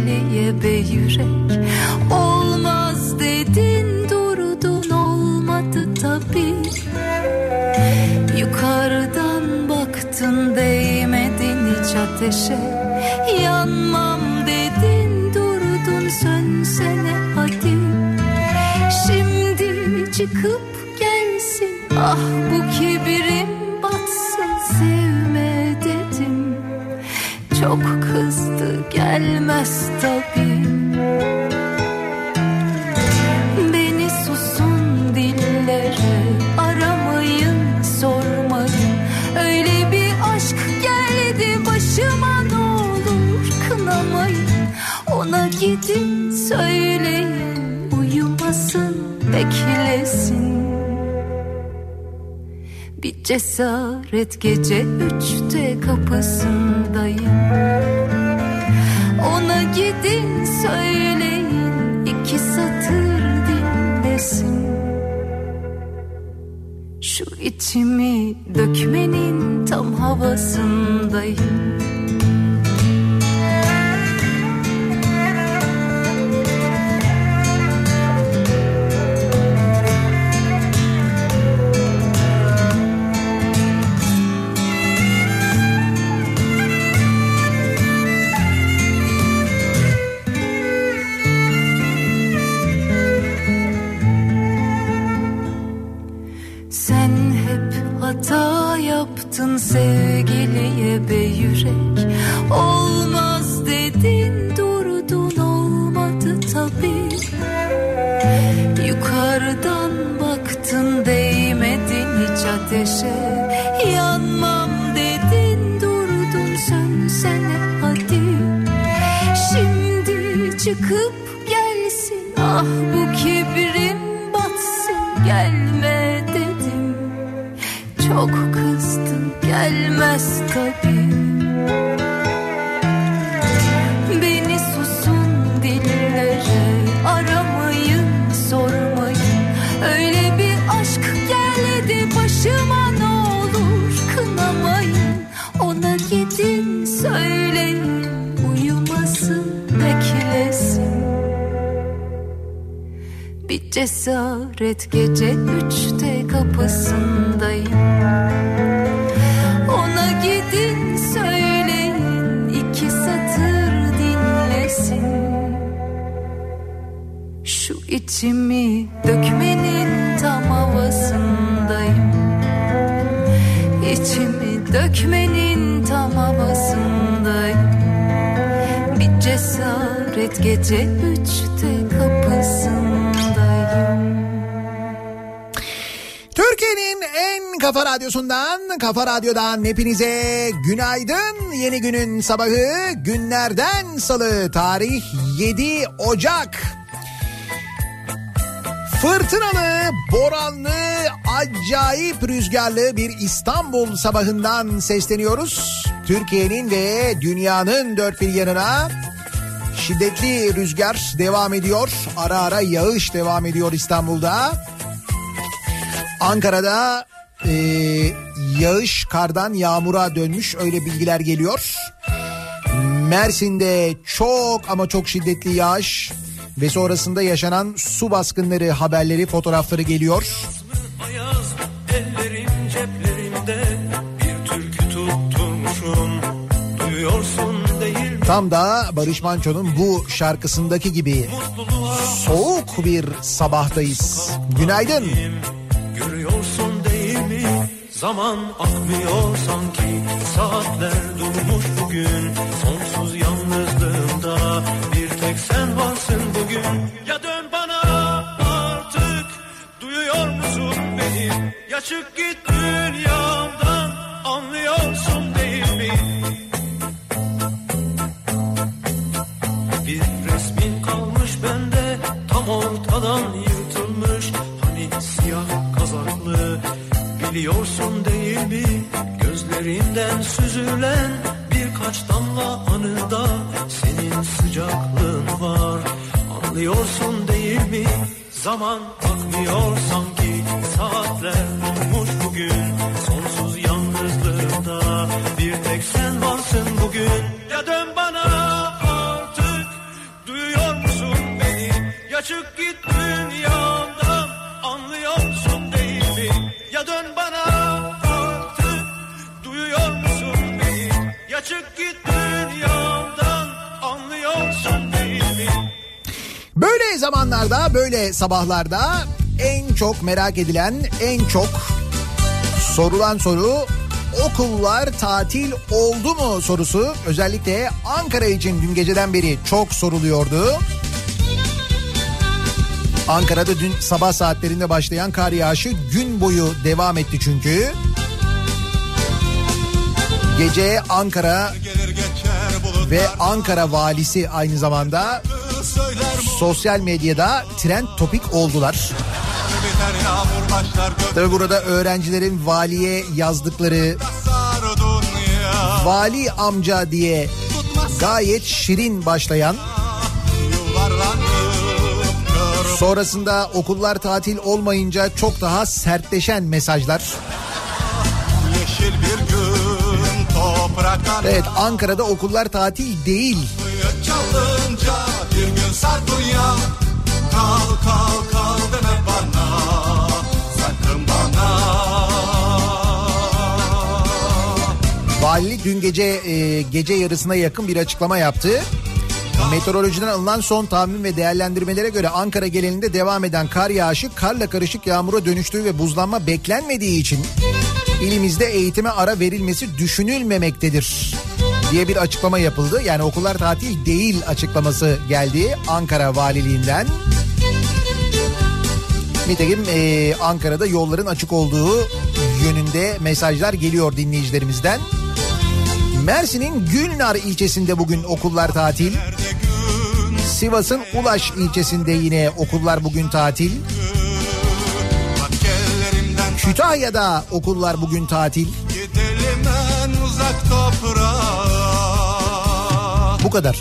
sevgiliye be yürek. Olmaz dedin durdun, olmadı tabii. Yukarıdan baktın değmedin hiç ateşe. Yanmam dedin durdun, sönsene hadi. Şimdi çıkıp gelsin, ah bu kibirim batsın. Sevme dedim, çok kızdı, gelmez tabii. Beni susun dillere aramayın, sormayın. Öyle bir aşk geldi başıma, ne olur kınamayın. Ona gidin söyleyin, uyumasın beklesin. Bir cesaret gece 3'te kapısındayım. Ona gidin söyleyin, 2 satır dinlesin. Şu içimi dökmenin tam havasındayım. Hata yaptın sevgiliye be yürek. Olmaz dedin durdun, olmadı tabii. Yukarıdan baktın değmedin hiç ateşe. Yanmam dedin durdun, sönsene hadi. Şimdi çıkıp gelsin, ah bu kibrim batsın. Gelme dedim, çok kızdım, gelmez tabii. Beni susun dillere aramayın, sormayın. Öyle bir aşk geldi başıma, ne olur kınamayın. Ona gidin söyleyin, uyumasın beklesin. Bir cesaret gece 3'te kapısındayım. Ona gidin söyleyin, 2 satır dinlesin. Şu içimi dökmenin tam havasındayım. İçimi dökmenin tam havasındayım. Bir cesaret gece 3'te kapısındayım. Türkiye'nin en kafa radyosundan, Kafa Radyo'dan hepinize günaydın. Yeni günün sabahı, günlerden salı, tarih 7 Ocak. Fırtınalı, boranlı, acayip rüzgarlı bir İstanbul sabahından sesleniyoruz. Türkiye'nin ve dünyanın dört bir yanına şiddetli rüzgar devam ediyor. Ara ara yağış devam ediyor İstanbul'da. Ankara'da yağış kardan yağmura dönmüş, öyle bilgiler geliyor. Mersin'de çok ama çok şiddetli yağış ve sonrasında yaşanan su baskınları haberleri, fotoğrafları geliyor. Ayaz, ellerim ceplerimde, bir türkü tutturmuşum, duyuyorsun değil mi? Tam da Barış Manço'nun bu şarkısındaki gibi soğuk bir sabahtayız. Günaydın. Görüyorsun değil mi? Zaman akmıyor sanki, saatler durmuş bugün. Sonsuz yalnızlığımda bir tek sen varsın bugün. Ya dön bana artık, duyuyor musun beni? Ya çık git dünyamdan, anlıyorsun değil mi? Bir resmin kalmış bende, tam ortadan yırtılmış. Hani siyah kazaklı, biliyorsun değil mi? Gözlerinden süzülen birkaç damla anıda senin sıcaklığın var. Anlıyorsun değil mi? Zaman akmıyor sanki, saatler durmuş bugün. Sonsuz yalnızlığımda bir tek sen varsın bugün. Ya dön bana artık, Ya çık git dünyamdan, anlıyorsun değil mi? Ya dön bana artık, duyuyor musun beni? Ya çık git dünyamdan, anlıyorsun değil mi? Böyle zamanlarda, böyle sabahlarda en çok merak edilen, en çok sorulan soru okullar tatil oldu mu sorusu. Özellikle Ankara için dün geceden beri çok soruluyordu. Ankara'da dün sabah saatlerinde başlayan kar yağışı gün boyu devam etti çünkü. Gece Ankara ve Ankara valisi aynı zamanda sosyal medyada trend topik oldular. Tabii burada öğrencilerin valiye yazdıkları "vali amca" diye gayet şirin başlayan, sonrasında okullar tatil olmayınca çok daha sertleşen mesajlar. Yeşil bir gün topraklar. Evet, Ankara'da okullar tatil değil. Çalınca bir gün sar dünya. Kal kal kal deme bana, sakın bana. Vali dün gece yarısına yakın bir açıklama yaptı. Meteorolojiden alınan son tahmin ve değerlendirmelere göre Ankara genelinde devam eden kar yağışı karla karışık yağmura dönüştüğü ve buzlanma beklenmediği için ilimizde eğitime ara verilmesi düşünülmemektedir diye bir açıklama yapıldı. Yani okullar tatil değil açıklaması geldi Ankara Valiliğinden. Nitekim Ankara'da yolların açık olduğu yönünde mesajlar geliyor dinleyicilerimizden. Mersin'in Gülnar ilçesinde bugün okullar tatil. Sivas'ın Ulaş ilçesinde yine okullar bugün tatil. Kütahya'da okullar bugün tatil. Gidelim en uzak toprağa. Bu kadar.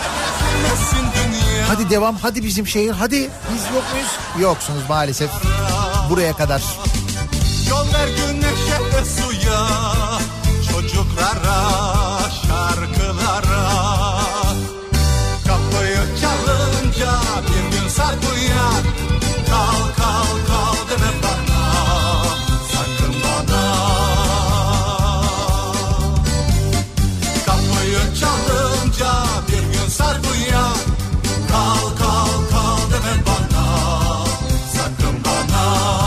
Hadi devam, hadi bizim şehir, hadi. Biz yok muyuz? Yoksunuz maalesef. Buraya kadar. Yol ver güneşe ve suya, çocuklara, şarkılara. Kapıyı çalınca bir gün sar uyan. Kal kal kal deme bana, sakın bana. Kapıyı çalınca bir gün sar uyan. Kal kal kal deme bana, sakın bana.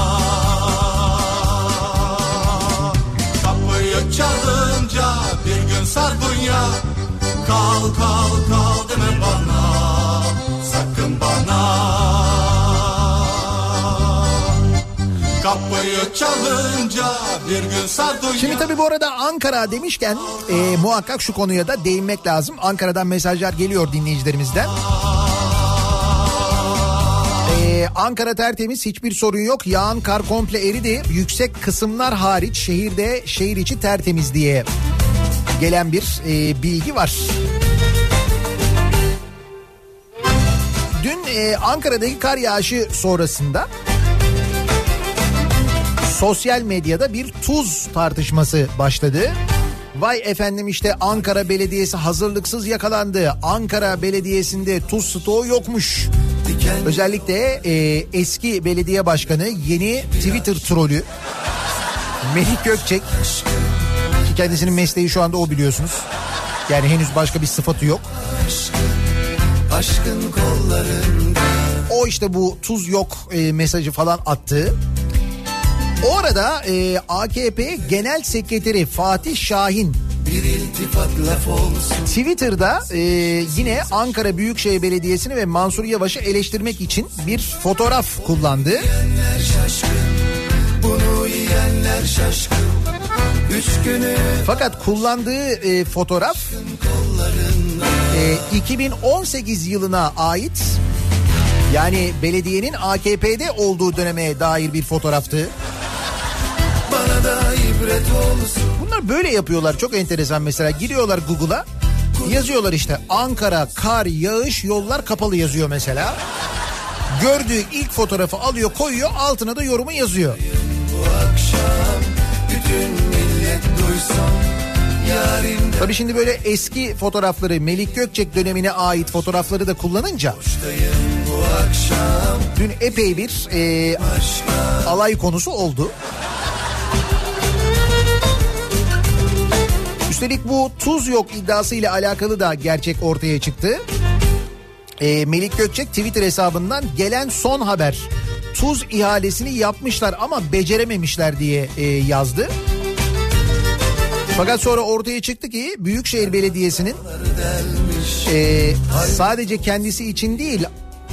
Kapıyı çalınca bir gün sar dünya. Kal kal kal deme bana, sakın bana. Kapıyı çalınca bir gün sar dünya. Şimdi tabii bu arada Ankara demişken muhakkak şu konuya da değinmek lazım. Ankara'dan mesajlar geliyor dinleyicilerimizden. Ankara tertemiz, hiçbir sorun yok. Yağan kar komple eridi. Yüksek kısımlar hariç şehir içi tertemiz diye gelen bir bilgi var. Dün Ankara'daki kar yağışı sonrasında sosyal medyada bir tuz tartışması başladı. Vay efendim işte Ankara Belediyesi hazırlıksız yakalandı. Ankara Belediyesi'nde tuz stoğu yokmuş. Özellikle eski belediye başkanı, yeni Twitter trolü Melih Gökçek, ki kendisinin mesleği şu anda o biliyorsunuz. Yani henüz başka bir sıfatı yok. Aşkın kollarında. O işte bu tuz yok mesajı falan attı. O arada AKP Genel Sekreteri Fatih Şahin Bir iltifat laf olsun. Twitter'da yine Ankara Büyükşehir Belediyesi'ni ve Mansur Yavaş'ı eleştirmek için bir fotoğraf kullandı. Yiyenler şaşkın, bunu yiyenler şaşkın. 3 günü Fakat kullandığı fotoğraf 2018 yılına ait, yani belediyenin AKP'de olduğu döneme dair bir fotoğraftı. bana da ibret olsun. Bunlar böyle yapıyorlar, çok enteresan. Mesela giriyorlar Google'a, yazıyorlar işte Ankara kar yağış yollar kapalı yazıyor mesela. Gördüğü ilk fotoğrafı alıyor koyuyor, altına da yorumu yazıyor. Bu akşam bütün millet duysun. Yarim Tabii şimdi böyle eski fotoğrafları, Melik Gökçek dönemine ait fotoğrafları da kullanınca bu Dün epey bir alay konusu oldu. Üstelik bu tuz yok iddiasıyla alakalı da gerçek ortaya çıktı. Melik Gökçek Twitter hesabından gelen son haber. Tuz ihalesini yapmışlar ama becerememişler diye yazdı. Fakat sonra ortaya çıktı ki Büyükşehir Belediyesi'nin sadece kendisi için değil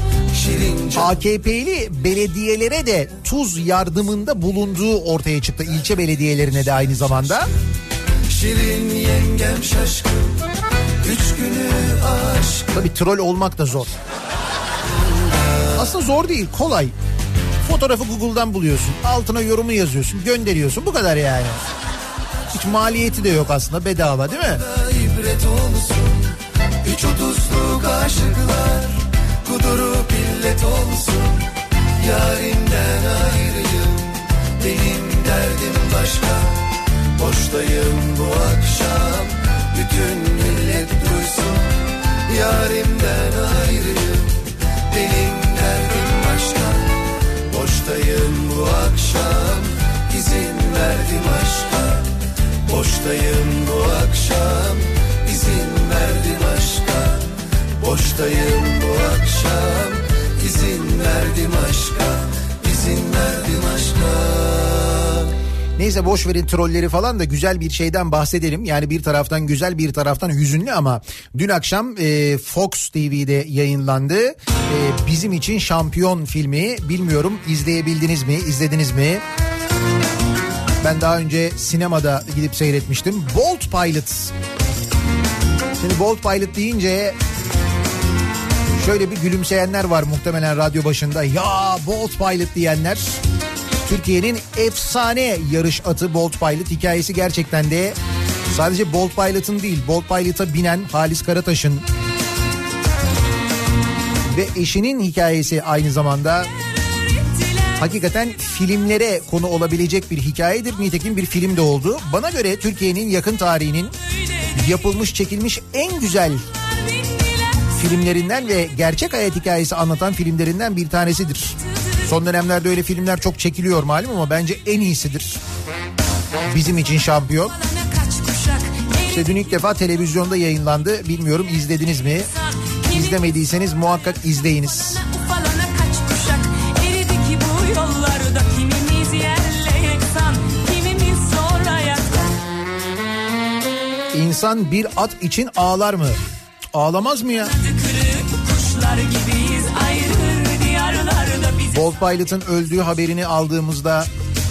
AKP'li belediyelere de tuz yardımında bulunduğu ortaya çıktı. İlçe belediyelerine de aynı zamanda. Şirin yengem şaşkın, 3 günü aşk. Tabii troll olmak da zor. Aslında zor değil, kolay. Fotoğrafı Google'dan buluyorsun, altına yorumu yazıyorsun, gönderiyorsun, bu kadar yani. Hiç maliyeti de yok aslında, bedava değil mi? İbret olsun, 3.30'luk aşıklar, kudurup illet olsun. Yarimden ayrıyım, benim derdim başka. Boştayım bu akşam, bütün millet duysun. Yarimden ayrıyım, benim derdim başka. Boştayım bu akşam, izin verdim aşka. Boştayım bu akşam, izin verdim aşka. Boştayım bu akşam, izin verdim aşka. İzin verdim aşka. Neyse boş verin trolleri falan da güzel bir şeyden bahsedelim. Yani bir taraftan güzel bir taraftan hüzünlü ama dün akşam Fox TV'de yayınlandı. Bizim için Şampiyon filmi, bilmiyorum izleyebildiniz mi, izlediniz mi? Ben daha önce sinemada gidip seyretmiştim. Bolt Pilot. Şimdi Bolt Pilot deyince şöyle bir gülümseyenler var muhtemelen radyo başında. Ya Bolt Pilot diyenler. Türkiye'nin efsane yarış atı Bolt Pilot, hikayesi gerçekten de sadece Bolt Pilot'ın değil, Bolt Pilot'a binen Halis Karataş'ın ve eşinin hikayesi aynı zamanda hakikaten filmlere konu olabilecek bir hikayedir. Nitekim bir film de oldu. Bana göre Türkiye'nin yakın tarihinin yapılmış, çekilmiş en güzel filmlerinden ve gerçek hayat hikayesi anlatan filmlerinden bir tanesidir. Son dönemlerde öyle filmler çok çekiliyor malum ama bence en iyisidir. Bizim için Şampiyon. İşte dün ilk defa televizyonda yayınlandı. Bilmiyorum izlediniz mi? İzlemediyseniz muhakkak izleyiniz. İnsan bir at için ağlar mı? Ağlamaz mı ya? Bolt Pilot'ın öldüğü haberini aldığımızda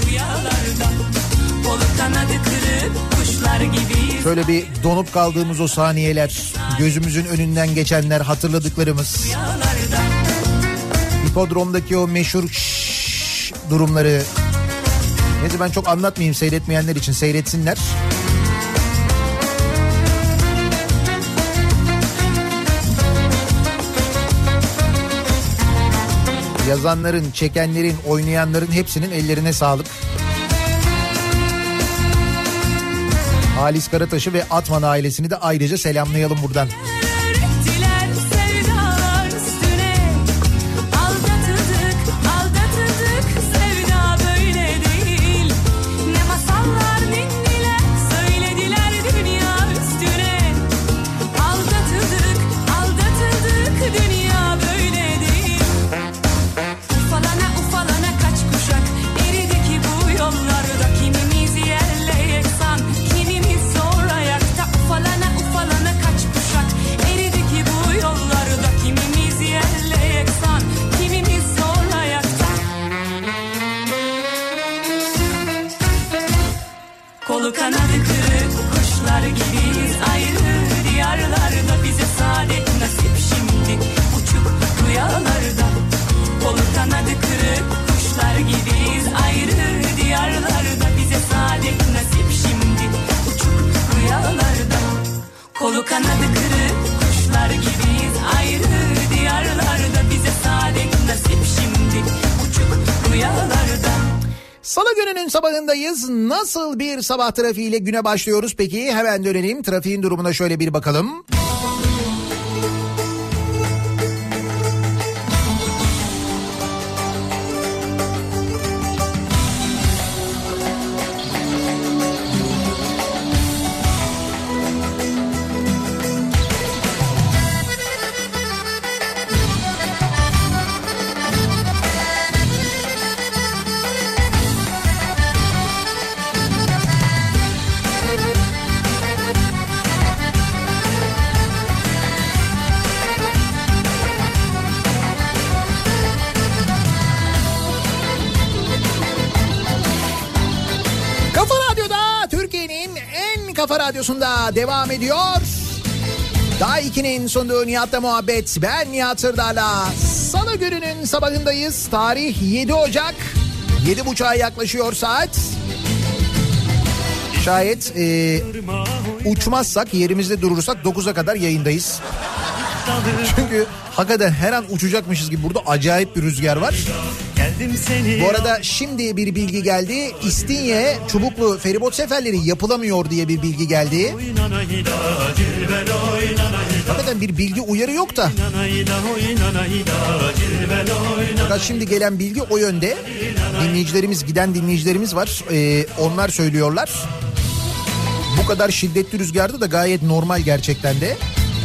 şöyle bir donup kaldığımız o saniyeler, gözümüzün önünden geçenler, hatırladıklarımız, hipodromdaki o meşhur durumları. Neyse ben çok anlatmayayım, seyretmeyenler için seyretsinler. Yazanların, çekenlerin, oynayanların hepsinin ellerine sağlık. Halis Karataş'ı ve Atman ailesini de ayrıca selamlayalım buradan. Salı gününün sabahındayız. Nasıl bir sabah trafiğiyle güne başlıyoruz peki? Hemen dönelim. Trafiğin durumuna şöyle bir bakalım. Kafa Radyosu'nda devam ediyor. Daha 2'nin sunduğu Nihat'la muhabbet. Ben Nihat Sırdar'la. Salı gününün sabahındayız. Tarih 7 Ocak. 7.30'a yaklaşıyor saat. Şayet uçmazsak, yerimizde durursak 9'a kadar yayındayız. Çünkü hakikaten her an uçacakmışız gibi burada acayip bir rüzgar var. Bu arada şimdi bir bilgi geldi. İstinye Çubuklu feribot seferleri yapılamıyor diye bir bilgi geldi. Hakikaten bir bilgi uyarı yok da. Fakat şimdi gelen bilgi o yönde. Dinleyicilerimiz, giden dinleyicilerimiz var. Onlar söylüyorlar. Bu kadar şiddetli rüzgarda da gayet normal gerçekten de.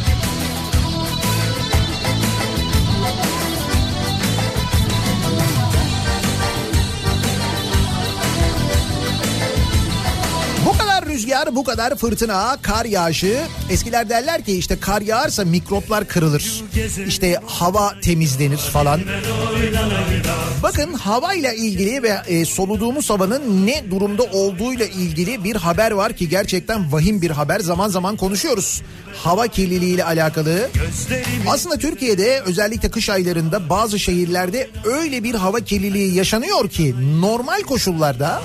Rüzgar, bu kadar fırtına, kar yağışı. Eskiler derler ki işte kar yağarsa mikroplar kırılır. İşte hava temizlenir falan. Bakın havayla ilgili ve soluduğumuz havanın ne durumda olduğuyla ilgili bir haber var ki gerçekten vahim bir haber. Zaman zaman konuşuyoruz. Hava kirliliği ile alakalı. Aslında Türkiye'de özellikle kış aylarında bazı şehirlerde öyle bir hava kirliliği yaşanıyor ki normal koşullarda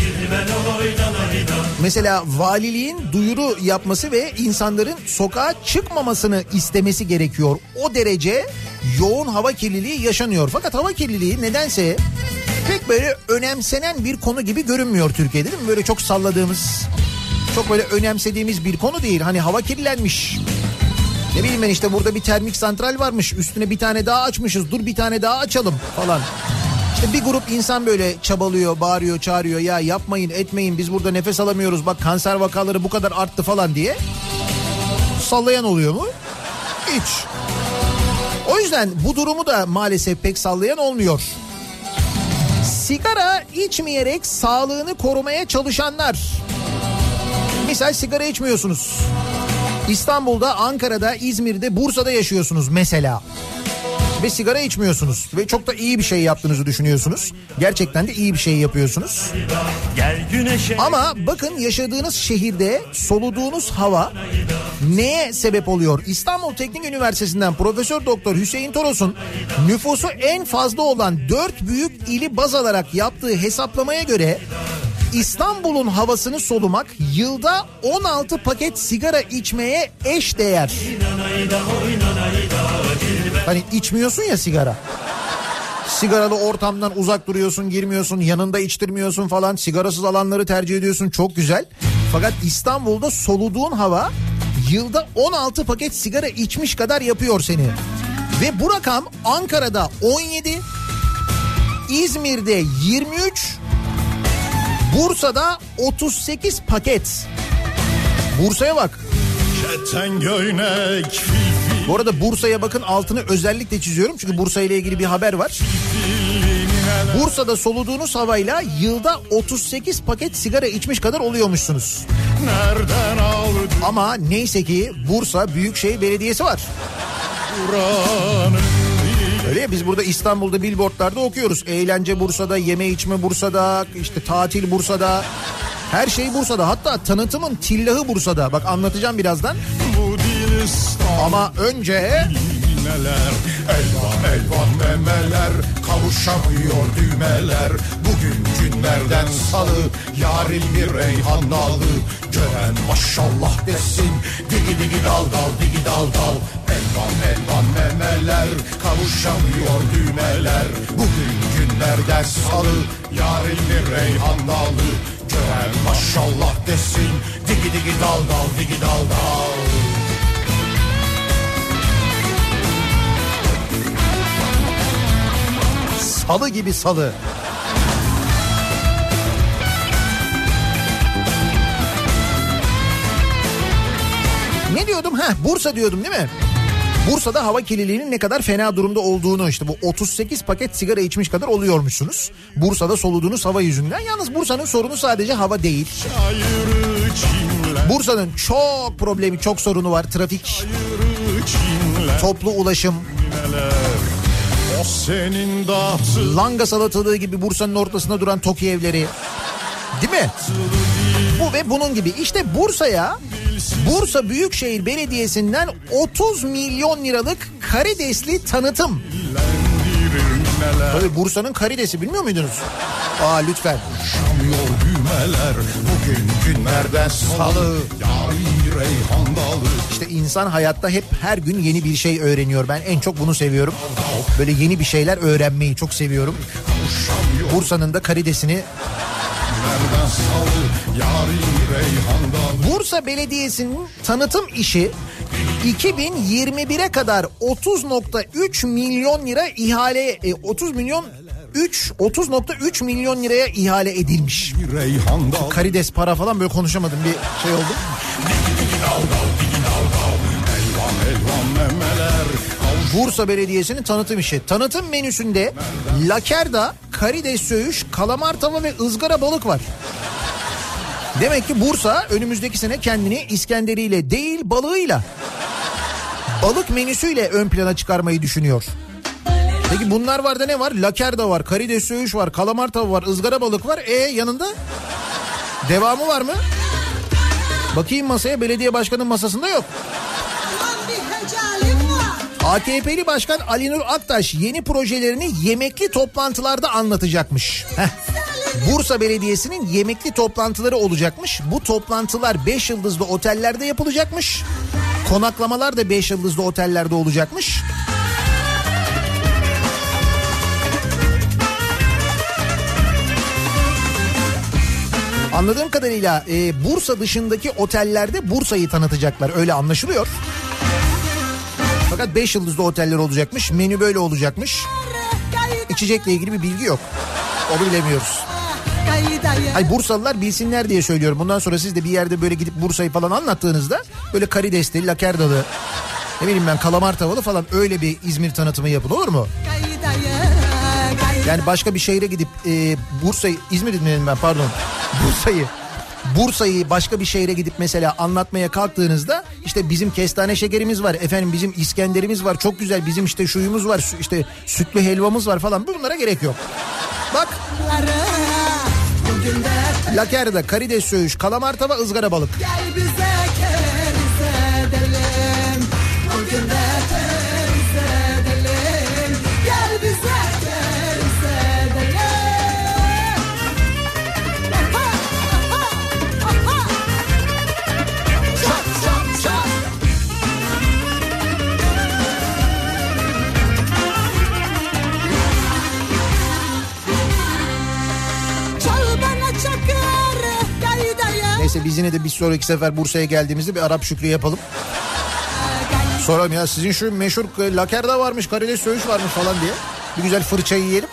mesela valiliğin duyuru yapması ve insanların sokağa çıkmamasını istemesi gerekiyor. O derece yoğun hava kirliliği yaşanıyor. Fakat hava kirliliği nedense pek böyle önemsenen bir konu gibi görünmüyor Türkiye'de, değil mi? Böyle çok salladığımız, çok böyle önemsediğimiz bir konu değil. Hani hava kirlenmiş. Ne bileyim ben işte burada bir termik santral varmış. Üstüne bir tane daha açmışız. Dur bir tane daha açalım falan. İşte bir grup insan böyle çabalıyor, bağırıyor, çağırıyor. Ya yapmayın, etmeyin, biz burada nefes alamıyoruz. Bak kanser vakaları bu kadar arttı falan diye. Sallayan oluyor mu? Hiç. O yüzden bu durumu da maalesef pek sallayan olmuyor. Sigara içmeyerek sağlığını korumaya çalışanlar. Misal sigara içmiyorsunuz. İstanbul'da, Ankara'da, İzmir'de, Bursa'da yaşıyorsunuz mesela. Ve sigara içmiyorsunuz. Ve çok da iyi bir şey yaptığınızı düşünüyorsunuz. Gerçekten de iyi bir şey yapıyorsunuz. Ama bakın yaşadığınız şehirde soluduğunuz hava neye sebep oluyor? İstanbul Teknik Üniversitesi'nden Profesör Doktor Hüseyin Toros'un nüfusu en fazla olan 4 büyük ili baz alarak yaptığı hesaplamaya göre İstanbul'un havasını solumak yılda 16 paket sigara içmeye eş değer. Hani içmiyorsun ya sigara. Sigaralı ortamdan uzak duruyorsun, girmiyorsun, yanında içtirmiyorsun falan. Sigarasız alanları tercih ediyorsun, çok güzel. Fakat İstanbul'da soluduğun hava yılda 16 paket sigara içmiş kadar yapıyor seni. Ve bu rakam Ankara'da 17, İzmir'de 23, Bursa'da 38 paket. Bursa'ya bak. Bu arada Bursa'ya bakın, altını özellikle çiziyorum çünkü Bursa ile ilgili bir haber var. Bursa'da soluduğunuz havayla yılda 38 paket sigara içmiş kadar oluyormuşsunuz. Ama neyse ki Bursa Büyükşehir Belediyesi var. Öyle ya, biz burada İstanbul'da billboardlarda okuyoruz. Eğlence Bursa'da, yeme içme Bursa'da, işte tatil Bursa'da. Her şey Bursa'da. Hatta tanıtımın tillahı Bursa'da. Bak anlatacağım birazdan. Ama önce... Elvan elvan memeler, kavuşamıyor düğmeler. Bugün günlerden salı, yarın bir reyhan dalı. Gören maşallah desin, digi digi dal dal, digi dal dal. Elvan elvan memeler, kavuşamıyor düğmeler. Bugün günlerden salı, yarın bir reyhan dalı. Gören maşallah desin, digi digi dal dal, digi dal dal. Salı gibi salı. Ne diyordum? Bursa diyordum değil mi? Bursa'da hava kirliliğinin ne kadar fena durumda olduğunu, işte bu 38 paket sigara içmiş kadar oluyormuşsunuz. Bursa'da soluduğunuz hava yüzünden. Yalnız Bursa'nın sorunu sadece hava değil. Bursa'nın çok problemi, çok sorunu var. Trafik, toplu ulaşım. Langa salatalığı gibi Bursa'nın ortasında duran TOKİ evleri. Değil mi? Bu ve bunun gibi. İşte Bursa Büyükşehir Belediyesi'nden 30 milyon liralık karidesli tanıtım. Tabii Bursa'nın karidesi bilmiyor muydunuz? Lütfen. Yaşamıyor düğmeler bugün günlerden salı. Yarın reyhan dalı. İşte insan hayatta hep her gün yeni bir şey öğreniyor. Ben en çok bunu seviyorum. Böyle yeni bir şeyler öğrenmeyi çok seviyorum. Bursa'nın da karidesini. Bursa Belediyesi'nin tanıtım işi 2021'e kadar 30.3 milyon lira ihale 30.3 milyon liraya ihale edilmiş. Karides para falan böyle konuşamadım bir şey oldu. Bursa Belediyesi'nin tanıtım işi. Tanıtım menüsünde lakerda, karides söğüş, kalamar tava ve ızgara balık var. Demek ki Bursa önümüzdeki sene kendini İskenderiyle değil balığıyla, balık menüsüyle ön plana çıkarmayı düşünüyor. Peki bunlar var da ne var? Lakerda var, karides söğüş var, kalamar tava var, ızgara balık var. Yanında devamı var mı? Bakayım masaya, belediye başkanının masasında yok. AKP'li Başkan Ali Nur Aktaş yeni projelerini yemekli toplantılarda anlatacakmış. Bursa Belediyesi'nin yemekli toplantıları olacakmış. Bu toplantılar 5 yıldızlı otellerde yapılacakmış. Konaklamalar da 5 yıldızlı otellerde olacakmış. Anladığım kadarıyla Bursa dışındaki otellerde Bursa'yı tanıtacaklar, öyle anlaşılıyor. Fakat 5 yıldızlı oteller olacakmış, menü böyle olacakmış. İçecekle ilgili bir bilgi yok. Onu bilemiyoruz. Hayır, Bursalılar bilsinler diye söylüyorum. Bundan sonra siz de bir yerde böyle gidip Bursa'yı falan anlattığınızda böyle karidesli, lakerdalı, ne bileyim ben kalamar tavalı falan öyle bir İzmir tanıtımı yapın, olur mu? Yani başka bir şehre gidip Bursa'yı, İzmir dedim ben pardon, Bursa'yı başka bir şehre gidip mesela anlatmaya kalktığınızda işte bizim kestane şekerimiz var, efendim bizim İskenderimiz var, çok güzel, bizim işte şuyumuz var, işte sütlü helvamız var falan, bunlara gerek yok. Bak, lakerda, karides söğüş, kalamar tava, ızgara balık. Gel bize keriz edelim, bugün de keriz edelim, gel bize keriz edelim. Çat çat çat. Neyse biz yine de bir sonraki sefer Bursa'ya geldiğimizde bir Arap Şükrü yapalım. Soralım ya, sizin şu meşhur lakerda varmış, karides söğüş varmış falan diye. Bir güzel fırçayı yiyelim.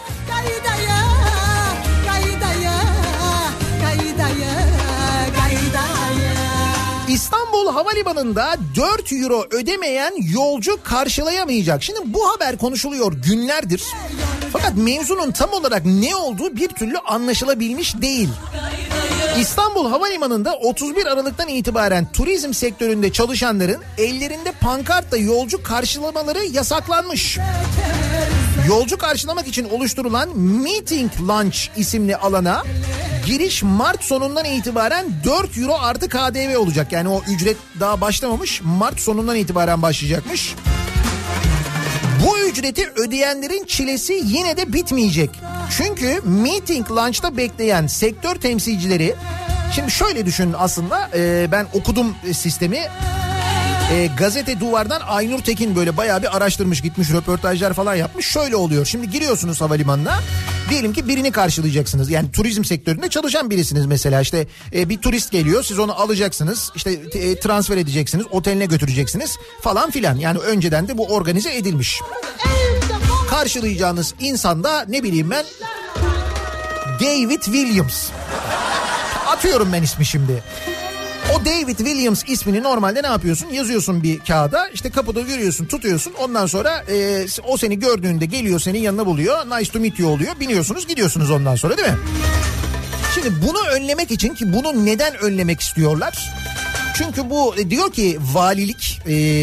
İstanbul Havalimanı'nda 4 euro ödemeyen yolcu karşılayamayacak. Şimdi bu haber konuşuluyor günlerdir. Fakat mevzunun tam olarak ne olduğu bir türlü anlaşılabilmiş değil. İstanbul Havalimanı'nda 31 Aralık'tan itibaren turizm sektöründe çalışanların ellerinde pankartla yolcu karşılamaları yasaklanmış. Yolcu karşılamak için oluşturulan Meeting Lunch isimli alana giriş Mart sonundan itibaren 4 euro artı KDV olacak. Yani o ücret daha başlamamış, Mart sonundan itibaren başlayacakmış. Bu ücreti ödeyenlerin çilesi yine de bitmeyecek. Çünkü Meeting Lunch'ta bekleyen sektör temsilcileri, şimdi şöyle düşünün aslında, ben okudum sistemi. Gazete Duvar'dan Aynur Tekin böyle bayağı bir araştırmış, gitmiş, röportajlar falan yapmış. Şöyle oluyor, şimdi giriyorsunuz havalimanına, diyelim ki birini karşılayacaksınız. Yani turizm sektöründe çalışan birisiniz mesela, işte bir turist geliyor, siz onu alacaksınız, işte transfer edeceksiniz, oteline götüreceksiniz falan filan. Yani önceden de bu organize edilmiş. Karşılayacağınız insan da ne bileyim ben, David Williams. Atıyorum ben ismi şimdi. O David Williams ismini normalde ne yapıyorsun? Yazıyorsun bir kağıda, işte kapıda görüyorsun, tutuyorsun. Ondan sonra o seni gördüğünde geliyor, senin yanına buluyor. Nice to meet you oluyor. Biniyorsunuz, gidiyorsunuz ondan sonra, değil mi? Şimdi bunu önlemek için, ki bunu neden önlemek istiyorlar? Çünkü bu diyor ki valilik,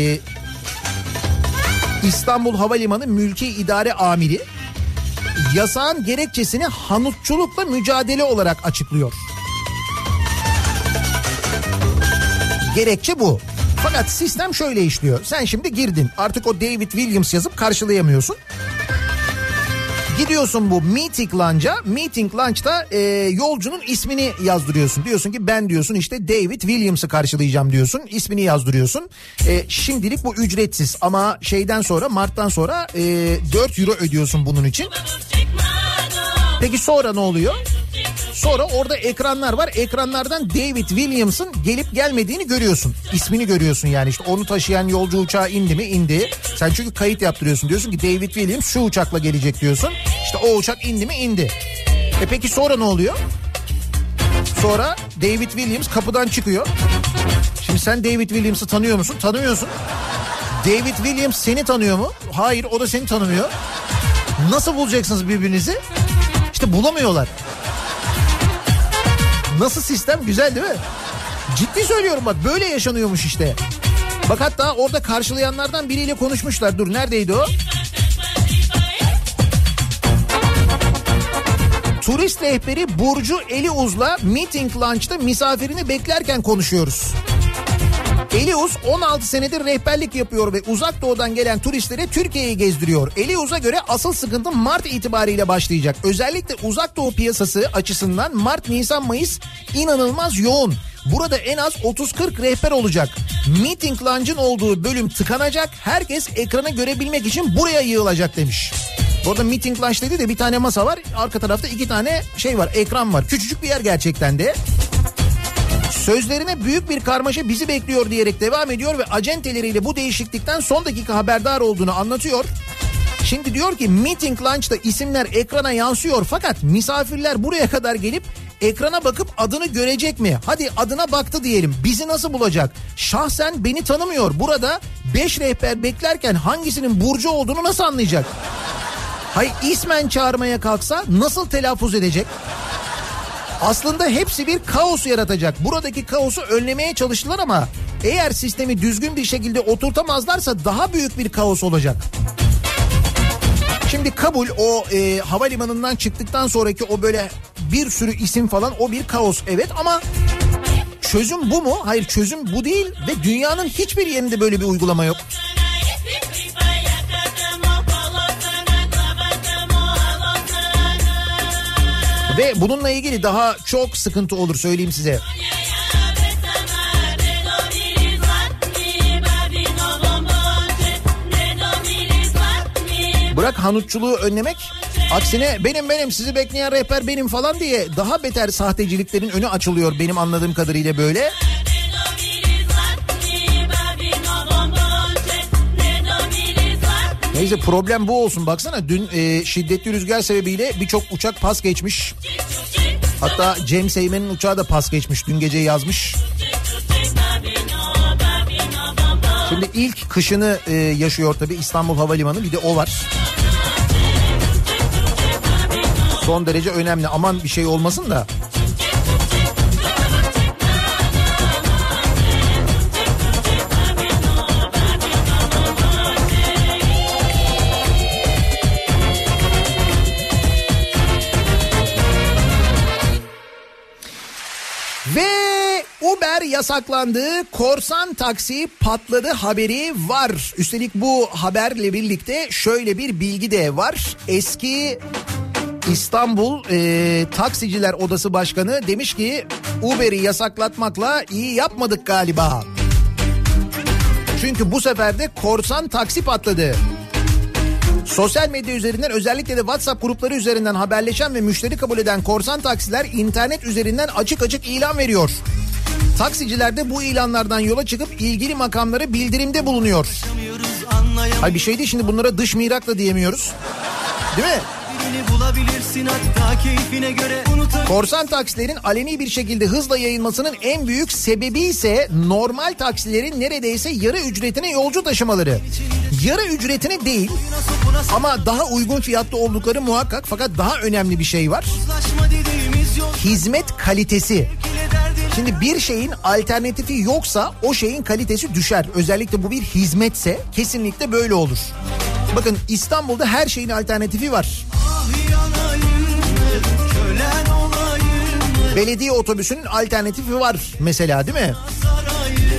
İstanbul Havalimanı Mülki İdare Amiri yasağın gerekçesini hanutçulukla mücadele olarak açıklıyor. Gerekçe bu. Fakat sistem şöyle işliyor. Sen şimdi girdin. Artık o David Williams yazıp karşılayamıyorsun. Gidiyorsun bu meeting lunch'a. Meeting lunch'ta yolcunun ismini yazdırıyorsun. Diyorsun ki ben diyorsun işte David Williams'ı karşılayacağım diyorsun. İsmini yazdırıyorsun. Şimdilik bu ücretsiz ama şeyden sonra Mart'tan sonra 4 euro ödüyorsun bunun için. Peki sonra ne oluyor? Sonra orada ekranlar var. Ekranlardan David Williams'ın gelip gelmediğini görüyorsun. İsmini görüyorsun yani işte onu taşıyan yolcu uçağa indi mi? İndi. Sen çünkü kayıt yaptırıyorsun. Diyorsun ki David Williams şu uçakla gelecek diyorsun. İşte o uçak indi mi? İndi. Peki sonra ne oluyor? Sonra David Williams kapıdan çıkıyor. Şimdi sen David Williams'ı tanıyor musun? Tanımıyorsun. David Williams seni tanıyor mu? Hayır, o da seni tanımıyor. Nasıl bulacaksınız birbirinizi? İşte bulamıyorlar. Nasıl sistem? Güzel değil mi? Ciddi söylüyorum bak, böyle yaşanıyormuş işte. Bak hatta orada karşılayanlardan biriyle konuşmuşlar. Dur, neredeydi o? Turist rehberi Burcu Eliuz'la meeting lunch'ta misafirini beklerken konuşuyoruz. Eliuz 16 senedir rehberlik yapıyor ve uzak doğudan gelen turistlere Türkiye'yi gezdiriyor. Eliuz'a göre asıl sıkıntı Mart itibariyle başlayacak. Özellikle uzak doğu piyasası açısından Mart, Nisan, Mayıs inanılmaz yoğun. Burada en az 30-40 rehber olacak. Meeting lunch'ın olduğu bölüm tıkanacak. Herkes ekranı görebilmek için buraya yığılacak demiş. Bu arada meeting lunch dedi de bir tane masa var. Arka tarafta 2 tane şey var, ekran var. Küçücük bir yer gerçekten de. Sözlerine büyük bir karmaşa bizi bekliyor diyerek devam ediyor ve acenteleriyle bu değişiklikten son dakika haberdar olduğunu anlatıyor. Şimdi diyor ki meeting lunch'ta isimler ekrana yansıyor fakat misafirler buraya kadar gelip ekrana bakıp adını görecek mi? Hadi adına baktı diyelim. Bizi nasıl bulacak? Şahsen beni tanımıyor. Burada 5 rehber beklerken hangisinin Burcu olduğunu nasıl anlayacak? Hayır, ismen çağırmaya kalksa nasıl telaffuz edecek? Aslında hepsi bir kaos yaratacak. Buradaki kaosu önlemeye çalıştılar ama eğer sistemi düzgün bir şekilde oturtamazlarsa daha büyük bir kaos olacak. Şimdi kabul, o havalimanından çıktıktan sonraki o böyle bir sürü isim falan, o bir kaos evet, ama çözüm bu mu? Hayır, çözüm bu değil ve dünyanın hiçbir yerinde böyle bir uygulama yok. Ve bununla ilgili daha çok sıkıntı olur, söyleyeyim size. Bırak hanutçuluğu önlemek, aksine benim sizi bekleyen rehber benim falan diye daha beter sahteciliklerin önü açılıyor benim anladığım kadarıyla böyle. Neyse, problem bu olsun. Baksana dün şiddetli rüzgar sebebiyle birçok uçak pas geçmiş. Hatta Cem Seymen'in uçağı da pas geçmiş. Dün gece yazmış. Şimdi ilk kışını yaşıyor tabii İstanbul Havalimanı, bir de o var. Son derece önemli. Aman bir şey olmasın da. Ve Uber yasaklandı, korsan taksi patladı haberi var. Üstelik bu haberle birlikte şöyle bir bilgi de var. Eski İstanbul Taksiciler Odası Başkanı demiş ki Uber'i yasaklatmakla iyi yapmadık galiba. Çünkü bu sefer de korsan taksi patladı. Sosyal medya üzerinden, özellikle de WhatsApp grupları üzerinden haberleşen ve müşteri kabul eden korsan taksiler internet üzerinden açık açık ilan veriyor. Taksiciler de bu ilanlardan yola çıkıp ilgili makamlara bildirimde bulunuyor. Hayır, bir şey değil, şimdi bunlara dış mihrak da diyemiyoruz. Değil mi? Korsan taksilerin aleni bir şekilde hızla yayılmasının en büyük sebebi ise normal taksilerin neredeyse yarı ücretine yolcu taşımaları. Yarı ücretine değil ama daha uygun fiyatlı oldukları muhakkak, fakat daha önemli bir şey var. Hizmet kalitesi. Şimdi bir şeyin alternatifi yoksa o şeyin kalitesi düşer. Özellikle bu bir hizmetse kesinlikle böyle olur. Bakın İstanbul'da her şeyin alternatifi var. Belediye otobüsünün alternatifi var mesela, değil mi?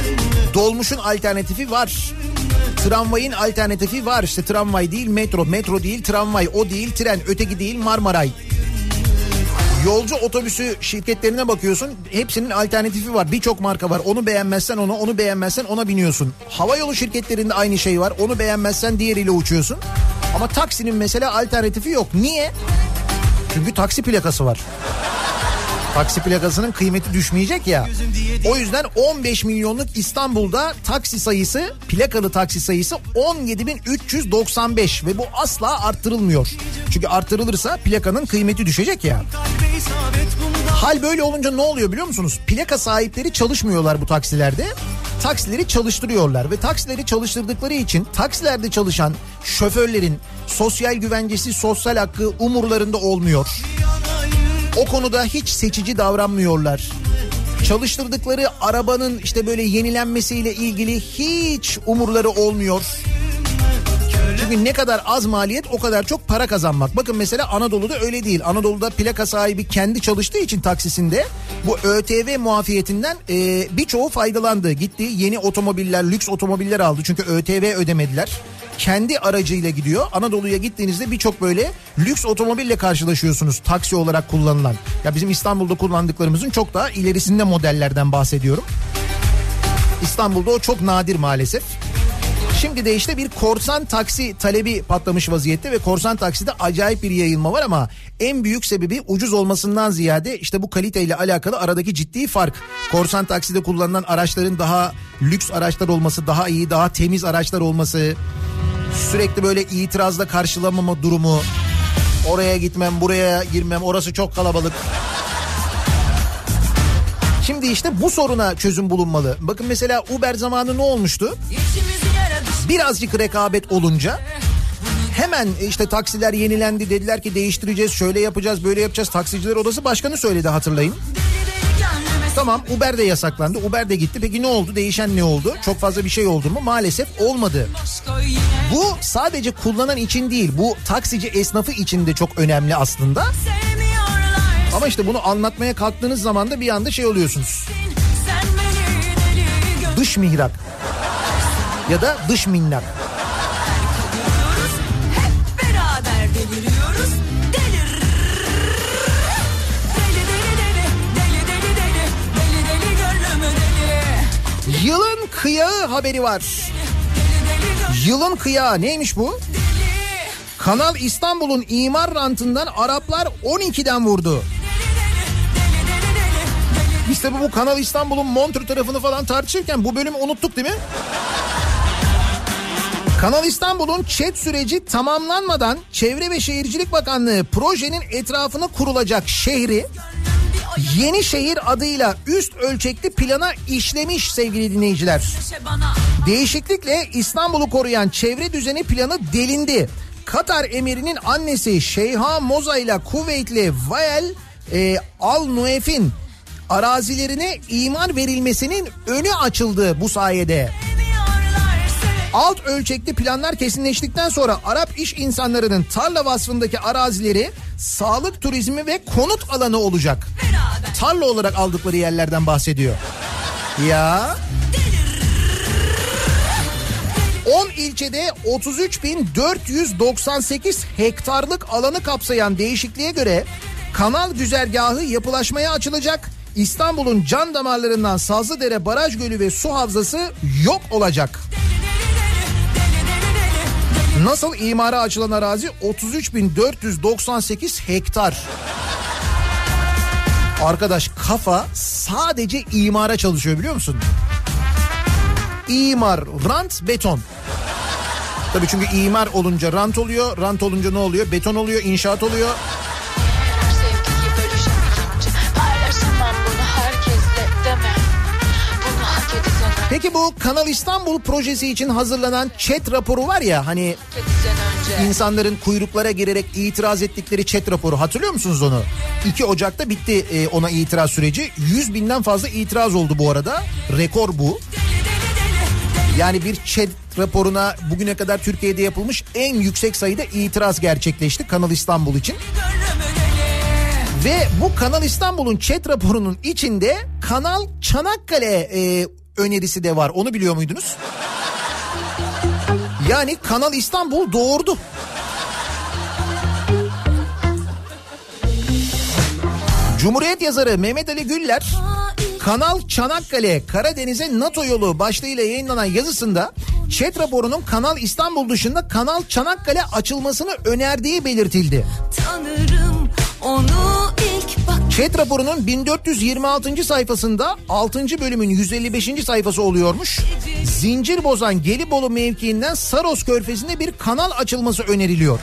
Dolmuşun alternatifi var. Tramvayın alternatifi var. İşte tramvay değil metro, metro değil tramvay, o değil tren, öteki değil Marmaray. Yolcu otobüsü şirketlerine bakıyorsun, hepsinin alternatifi var. Birçok marka var. Onu beğenmezsen ona, onu beğenmezsen ona biniyorsun. Havayolu şirketlerinde aynı şey var. Onu beğenmezsen diğeriyle uçuyorsun. Ama taksinin mesela alternatifi yok. Niye? Çünkü taksi plakası var. Taksi plakasının kıymeti düşmeyecek ya. O yüzden 15 milyonluk İstanbul'da taksi sayısı, plakalı taksi sayısı 17.395 ve bu asla arttırılmıyor. Çünkü arttırılırsa plakanın kıymeti düşecek ya. Hal böyle olunca ne oluyor biliyor musunuz? Plaka sahipleri çalışmıyorlar bu taksilerde. Taksileri çalıştırıyorlar ve taksileri çalıştırdıkları için taksilerde çalışan şoförlerin sosyal güvencesi, sosyal hakkı umurlarında olmuyor. O konuda hiç seçici davranmıyorlar. Çalıştırdıkları arabanın işte böyle yenilenmesiyle ilgili hiç umurları olmuyor. Çünkü ne kadar az maliyet o kadar çok para kazanmak. Bakın mesela Anadolu'da öyle değil. Anadolu'da plaka sahibi kendi çalıştığı için taksisinde bu ÖTV muafiyetinden birçoğu faydalandı. Gitti yeni otomobiller, lüks otomobiller aldı. Çünkü ÖTV ödemediler. Kendi aracıyla gidiyor. Anadolu'ya gittiğinizde birçok böyle lüks otomobille karşılaşıyorsunuz taksi olarak kullanılan. Ya bizim İstanbul'da kullandıklarımızın çok daha ilerisinde modellerden bahsediyorum. İstanbul'da o çok nadir maalesef. Şimdi de işte bir korsan taksi talebi patlamış vaziyette ve korsan takside acayip bir yayılma var ama en büyük sebebi ucuz olmasından ziyade işte bu kaliteyle alakalı aradaki ciddi fark. Korsan takside kullanılan araçların daha lüks araçlar olması, daha iyi, daha temiz araçlar olması, sürekli böyle itirazla karşılamama durumu, oraya gitmem, buraya girmem, orası çok kalabalık. Şimdi işte bu soruna çözüm bulunmalı. Bakın mesela Uber zamanı ne olmuştu? Birazcık rekabet olunca hemen işte taksiler yenilendi, dediler ki değiştireceğiz, şöyle yapacağız, böyle yapacağız. Taksiciler Odası Başkanı söyledi, hatırlayın. Tamam, Uber de yasaklandı, Uber de gitti. Peki ne oldu? Değişen ne oldu? Çok fazla bir şey oldu mu? Maalesef olmadı. Bu sadece kullanan için değil, bu taksici esnafı için de çok önemli aslında. Ama işte bunu anlatmaya kalktığınız zaman da bir anda şey oluyorsunuz. Dış mihrak ya da dış minnak. Hep beraber deliriyoruz. Delir. Deli deli deli, deli deli deli, deli deli gönlümü deli. Yılın kıyağı haberi var. Yılın kıyağı neymiş bu? Kanal İstanbul'un imar rantından Araplar 12'den vurdu. İşte bu Kanal İstanbul'un Montreux tarafını falan tartışırken bu bölümü unuttuk değil mi? Kanal İstanbul'un ÇED süreci tamamlanmadan Çevre ve Şehircilik Bakanlığı projenin etrafına kurulacak şehri Yenişehir adıyla üst ölçekli plana işlemiş sevgili dinleyiciler. Değişiklikle İstanbul'u koruyan çevre düzeni planı delindi. Katar emirinin annesi Şeyha Moza ile Kuveytli Vael Al Nuef'in arazilerine imar verilmesinin önü açıldı bu sayede. Alt ölçekli planlar kesinleştikten sonra Arap iş insanlarının tarla vasfındaki arazileri sağlık turizmi ve konut alanı olacak. Tarla olarak aldıkları yerlerden bahsediyor. Ya. 10 ilçede 33.498 hektarlık alanı kapsayan değişikliğe göre kanal güzergahı yapılaşmaya açılacak. İstanbul'un can damarlarından Sazlıdere Baraj Gölü ve su havzası yok olacak. Nasıl imara açılan arazi? 33.498 hektar. Arkadaş kafa sadece imara çalışıyor biliyor musun? İmar, rant, beton. Tabii çünkü imar olunca rant oluyor, rant olunca ne oluyor? Beton oluyor, inşaat oluyor. Peki bu Kanal İstanbul projesi için hazırlanan ÇED raporu var ya hani insanların kuyruklara girerek itiraz ettikleri ÇED raporu, hatırlıyor musunuz onu? 2 Ocak'ta bitti ona itiraz süreci. 100.000'den fazla itiraz oldu bu arada. Rekor bu. Yani bir ÇED raporuna bugüne kadar Türkiye'de yapılmış en yüksek sayıda itiraz gerçekleşti Kanal İstanbul için. Ve bu Kanal İstanbul'un ÇED raporunun içinde Kanal Çanakkale önerisi de var. Onu biliyor muydunuz? Yani Kanal İstanbul doğurdu. Cumhuriyet yazarı Mehmet Ali Güller, Kanal Çanakkale Karadeniz'e NATO yolu başlığıyla yayınlanan yazısında ÇED raporunun Kanal İstanbul dışında Kanal Çanakkale açılmasını önerdiği belirtildi. Tanırım onu ilk bak. ÇED raporunun 1426. sayfasında 6. bölümün 155. sayfası oluyormuş. Zincir bozan Gelibolu mevkiinden Saros Körfezi'nde bir kanal açılması öneriliyor.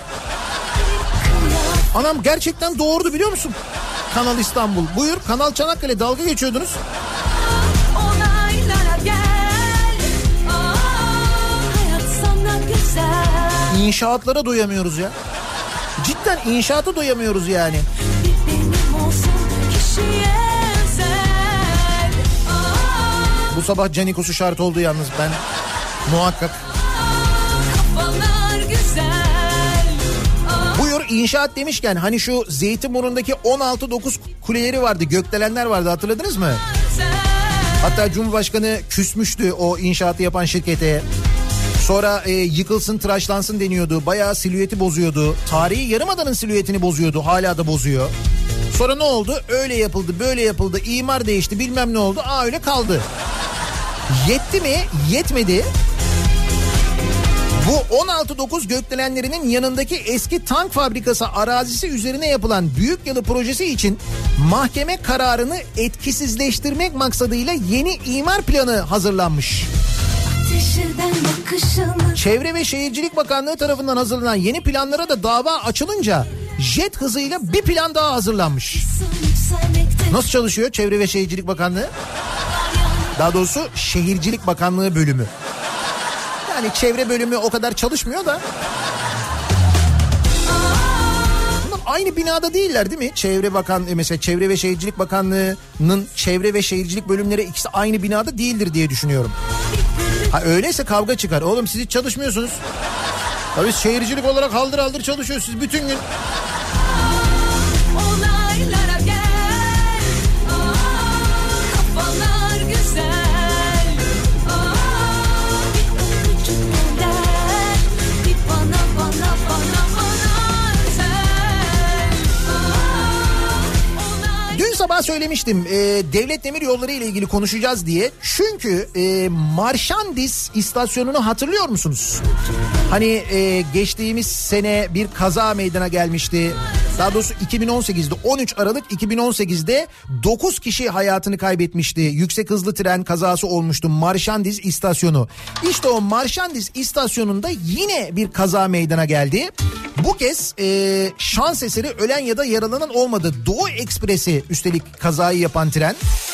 Anam gerçekten doğurdu biliyor musun? Kanal İstanbul. Buyur Kanal Çanakkale, dalga geçiyordunuz. Olaylara gel. Hayat sana güzel. İnşaatlara doyamıyoruz ya. Cidden inşaata doyamıyoruz yani. Bir benim olsun kişiye özel. Bu sabah Canikos'u şart oldu yalnız ben. Muhakkak. Kafalar güzel. Buyur inşaat demişken hani şu Zeytinburnu'ndaki 16-9 kuleleri vardı, gökdelenler vardı, hatırladınız mı? Hatta Cumhurbaşkanı küsmüştü o inşaatı yapan şirkete. Sonra yıkılsın tıraşlansın deniyordu. Bayağı silüeti bozuyordu. Tarihi Yarımada'nın silüetini bozuyordu. Hala da bozuyor. Sonra ne oldu? Öyle yapıldı, böyle yapıldı. İmar değişti, bilmem ne oldu. Öyle kaldı. Yetti mi? Yetmedi. Bu 16-9 gökdelenlerinin yanındaki eski tank fabrikası arazisi üzerine yapılan Büyükyalı projesi için mahkeme kararını etkisizleştirmek maksadıyla yeni imar planı hazırlanmış. Çevre ve Şehircilik Bakanlığı tarafından hazırlanan yeni planlara da dava açılınca jet hızıyla bir plan daha hazırlanmış. Nasıl çalışıyor Çevre ve Şehircilik Bakanlığı? Daha doğrusu Şehircilik Bakanlığı bölümü. Yani çevre bölümü o kadar çalışmıyor da. Bunlar aynı binada değiller değil mi? Çevre Bakanlığı mesela Çevre ve Şehircilik Bakanlığı'nın çevre ve şehircilik bölümleri ikisi aynı binada değildir diye düşünüyorum. Ha öyleyse kavga çıkar. Oğlum siz hiç çalışmıyorsunuz. Tabii şehircilik olarak haldır haldır çalışıyorsunuz bütün gün. Olaylara gel. Kafalar güzel. Dün sabah söylemiştim devlet demir yolları ile ilgili konuşacağız diye. Çünkü Marşandiz istasyonunu hatırlıyor musunuz? Hani geçtiğimiz sene bir kaza meydana gelmişti. Daha doğrusu 2018'de 13 Aralık 2018'de 9 kişi hayatını kaybetmişti. Yüksek hızlı tren kazası olmuştu Marşandiz istasyonu. İşte o Marşandiz istasyonunda yine bir kaza meydana geldi. Bu kez şans eseri ölen ya da yaralanan olmadı. Doğu Ekspresi üstelik kazayı yapan tren.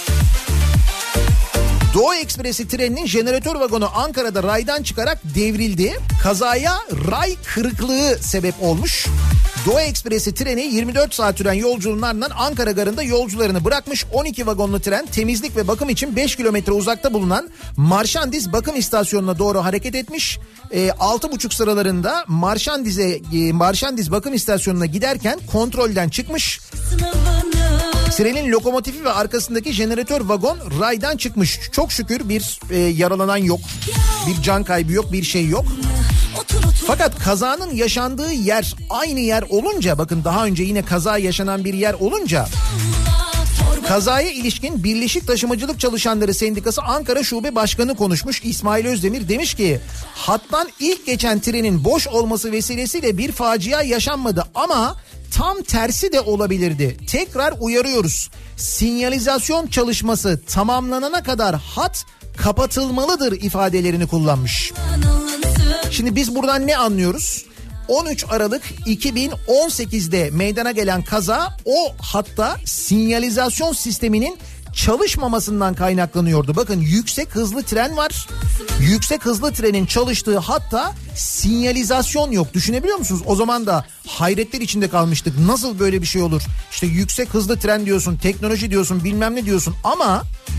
Doğu Ekspresi treninin jeneratör vagonu Ankara'da raydan çıkarak devrildi. Kazaya ray kırıklığı sebep olmuş. Doğu Ekspresi treni 24 saat süren yolculuğun ardından Ankara garında yolcularını bırakmış. 12 vagonlu tren temizlik ve bakım için 5 kilometre uzakta bulunan Marşandiz bakım istasyonuna doğru hareket etmiş. 6.30 sıralarında Marşandiz bakım istasyonuna giderken kontrolden çıkmış. Trenin lokomotifi ve arkasındaki jeneratör vagon raydan çıkmış. Çok şükür bir yaralanan yok. Bir can kaybı yok, bir şey yok. Fakat kazanın yaşandığı yer aynı yer olunca, bakın daha önce yine kaza yaşanan bir yer olunca, kazaya ilişkin Birleşik Taşımacılık Çalışanları Sendikası Ankara Şube Başkanı konuşmuş. İsmail Özdemir demiş ki hattan ilk geçen trenin boş olması vesilesiyle bir facia yaşanmadı ama tam tersi de olabilirdi. Tekrar uyarıyoruz. Sinyalizasyon çalışması tamamlanana kadar hat kapatılmalıdır ifadelerini kullanmış. Şimdi biz buradan ne anlıyoruz? 13 Aralık 2018'de meydana gelen kaza o hatta sinyalizasyon sisteminin çalışmamasından kaynaklanıyordu. Bakın yüksek hızlı tren var. Yüksek hızlı trenin çalıştığı hatta sinyalizasyon yok. Düşünebiliyor musunuz? O zaman da hayretler içinde kalmıştık. Nasıl böyle bir şey olur? İşte yüksek hızlı tren diyorsun, teknoloji diyorsun, bilmem ne diyorsun ama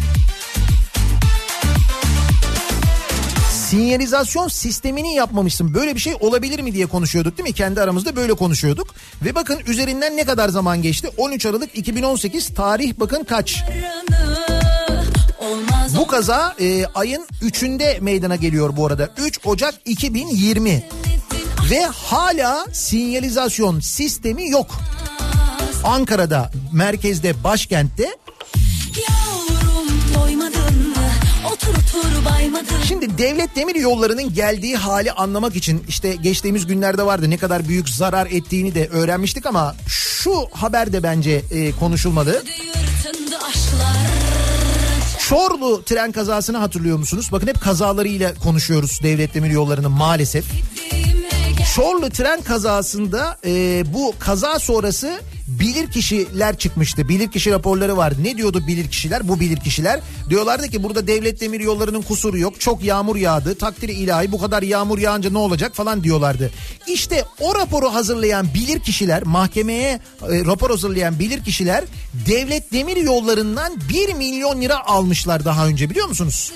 sinyalizasyon sistemini yapmamışsın. Böyle bir şey olabilir mi diye konuşuyorduk değil mi? Kendi aramızda böyle konuşuyorduk. Ve bakın üzerinden ne kadar zaman geçti? 13 Aralık 2018 tarih bakın kaç? Bu kaza ayın 3'ünde meydana geliyor bu arada. 3 Ocak 2020. Ve hala sinyalizasyon sistemi yok. Ankara'da, merkezde, başkentte. Yavrum doymadın mı? Otur baymadın. Şimdi devlet demir yollarının geldiği hali anlamak için işte geçtiğimiz günlerde vardı, ne kadar büyük zarar ettiğini de öğrenmiştik ama şu haber de bence konuşulmalı. Yırtındı aşklar. Çorlu tren kazasını hatırlıyor musunuz? Bakın hep kazalarıyla konuşuyoruz devlet demir yollarının maalesef. Çorlu tren kazasında bu kaza sonrası bilirkişiler çıkmıştı. Bilirkişi raporları vardı. Ne diyordu bilirkişiler? Bu bilirkişiler diyorlardı ki burada devlet demir yollarının kusuru yok. Çok yağmur yağdı. Takdiri ilahi, bu kadar yağmur yağınca ne olacak falan diyorlardı. İşte o raporu hazırlayan bilirkişiler, mahkemeye rapor hazırlayan bilirkişiler devlet demir yollarından 1 milyon lira almışlar daha önce, biliyor musunuz?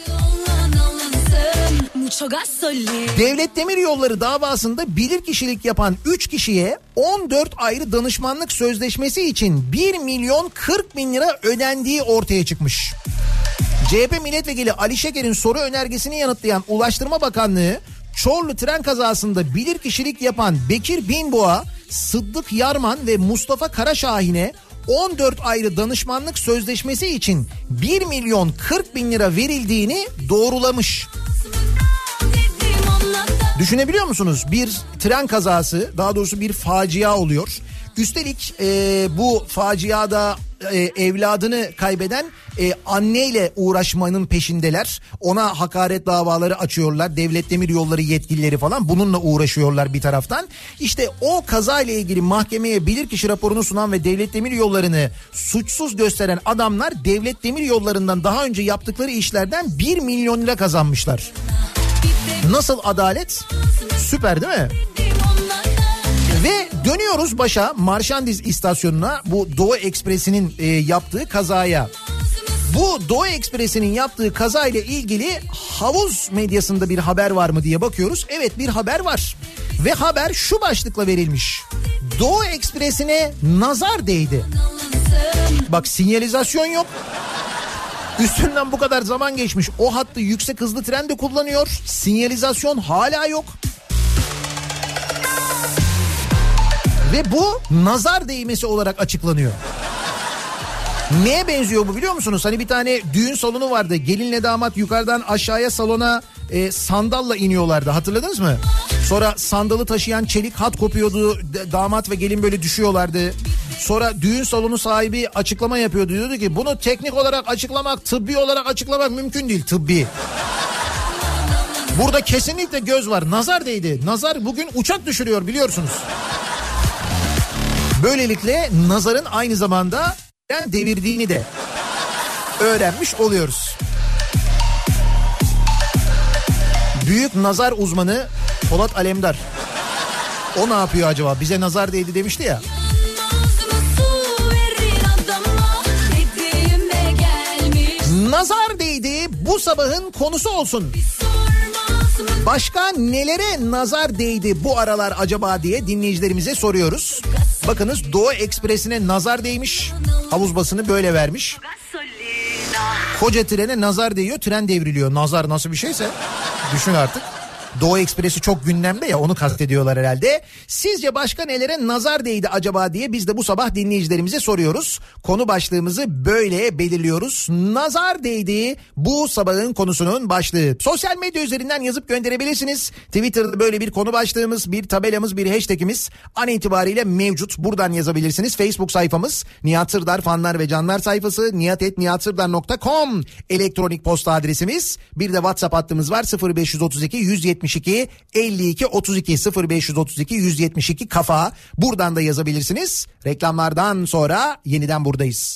Devlet demir yolları davasında bilirkişilik yapan 3 kişiye 14 ayrı danışmanlık sözleşmesi için 1 milyon 40 bin lira ödendiği ortaya çıkmış. CHP milletvekili Ali Şeker'in soru önergesini yanıtlayan Ulaştırma Bakanlığı, Çorlu tren kazasında bilirkişilik yapan Bekir Binboğa, Sıddık Yarman ve Mustafa Karaşahin'e 14 ayrı danışmanlık sözleşmesi için 1 milyon 40 bin lira verildiğini doğrulamış. Düşünebiliyor musunuz? Bir tren kazası, daha doğrusu bir facia oluyor. Üstelik bu faciada evladını kaybeden anneyle uğraşmanın peşindeler. Ona hakaret davaları açıyorlar. Devlet demir yolları yetkilileri falan bununla uğraşıyorlar bir taraftan. İşte o kazayla ilgili mahkemeye bilirkişi raporunu sunan ve devlet demir yollarını suçsuz gösteren adamlar devlet demir yollarından daha önce yaptıkları işlerden 1 milyon lira kazanmışlar. Nasıl adalet? Süper değil mi? Ve dönüyoruz başa, Marşandiz istasyonuna, bu Doğu Ekspresi'nin yaptığı kazaya. Bu Doğu Ekspresi'nin yaptığı kazayla ilgili havuz medyasında bir haber var mı diye bakıyoruz. Evet, bir haber var. Ve haber şu başlıkla verilmiş: Doğu Ekspresi'ne nazar değdi. Bak, sinyalizasyon yok. Üstünden bu kadar zaman geçmiş. O hattı yüksek hızlı tren de kullanıyor. Sinyalizasyon hala yok. Ve bu nazar değmesi olarak açıklanıyor. Neye benziyor bu biliyor musunuz? Hani bir tane düğün salonu vardı. Gelinle damat yukarıdan aşağıya salona sandalla iniyorlardı. Hatırladınız mı? Sonra sandalı taşıyan çelik hat kopuyordu. Damat ve gelin böyle düşüyorlardı. Sonra düğün salonu sahibi açıklama yapıyordu. Diyordu ki bunu teknik olarak açıklamak, tıbbi olarak açıklamak mümkün değil. Tıbbi. Burada kesinlikle göz var. Nazar değdi. Nazar bugün uçak düşürüyor biliyorsunuz. Böylelikle nazarın aynı zamanda devirdiğini de öğrenmiş oluyoruz. Büyük nazar uzmanı Polat Alemdar. O ne yapıyor acaba? Bize nazar değdi demişti ya. Nazar değdi bu sabahın konusu olsun. Başka nelere nazar değdi bu aralar acaba diye dinleyicilerimize soruyoruz. Bakınız, Doğu Ekspresi'ne nazar değmiş. Havuz basını böyle vermiş. Koca trene nazar değiyor, tren devriliyor. Nazar nasıl bir şeyse düşün artık. Doğu Ekspresi çok gündemde ya, onu kastediyorlar herhalde. Sizce başka nelere nazar değdi acaba diye biz de bu sabah dinleyicilerimize soruyoruz. Konu başlığımızı böyle belirliyoruz. Nazar değdi bu sabahın konusunun başlığı. Sosyal medya üzerinden yazıp gönderebilirsiniz. Twitter'da böyle bir konu başlığımız, bir tabelamız, bir hashtagimiz an itibariyle mevcut. Buradan yazabilirsiniz. Facebook sayfamız Nihat Sırdar fanlar ve canlar sayfası, nihat@nihatsırdar.com elektronik posta adresimiz. Bir de WhatsApp hattımız var, 0532 172 52 32 0532 172 kafa. Buradan da yazabilirsiniz. Reklamlardan sonra yeniden buradayız.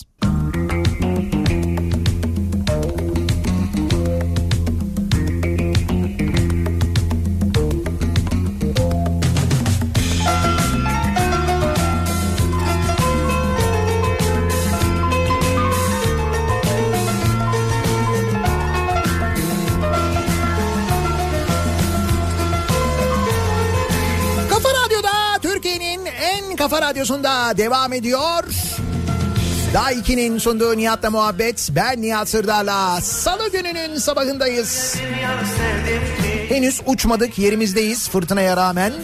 Kafa Radyosu'nda devam ediyor. Daha 2'nin sunduğu Nihat'la muhabbet. Ben Nihat Sırdar'la Salı gününün sabahındayız. Henüz uçmadık, yerimizdeyiz fırtınaya rağmen.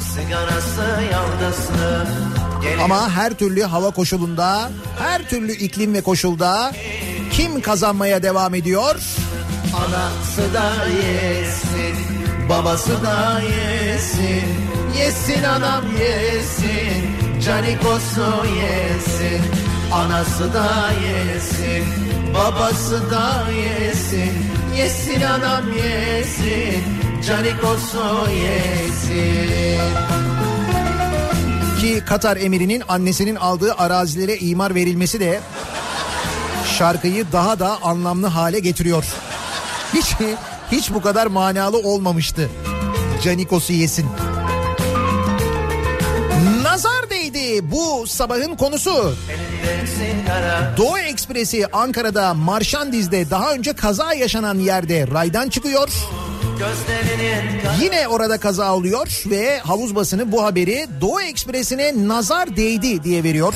Ama her türlü hava koşulunda, her türlü iklim ve koşulda kim kazanmaya devam ediyor? Anası da yesin, babası da yesin. Yesin anam yesin, canikosu yesin. Anası da yesin, babası da yesin. Yesin anam yesin, canikosu yesin. Ki Katar emirinin annesinin aldığı arazilere imar verilmesi de şarkıyı daha da anlamlı hale getiriyor. Hiç bu kadar manalı olmamıştı. Canikosu yesin. Nazar değdi bu sabahın konusu. Doğu Ekspresi Ankara'da Marşandiz'de daha önce kaza yaşanan yerde raydan çıkıyor. Yine orada kaza oluyor ve havuz basını bu haberi Doğu Ekspresi'ne nazar değdi diye veriyor.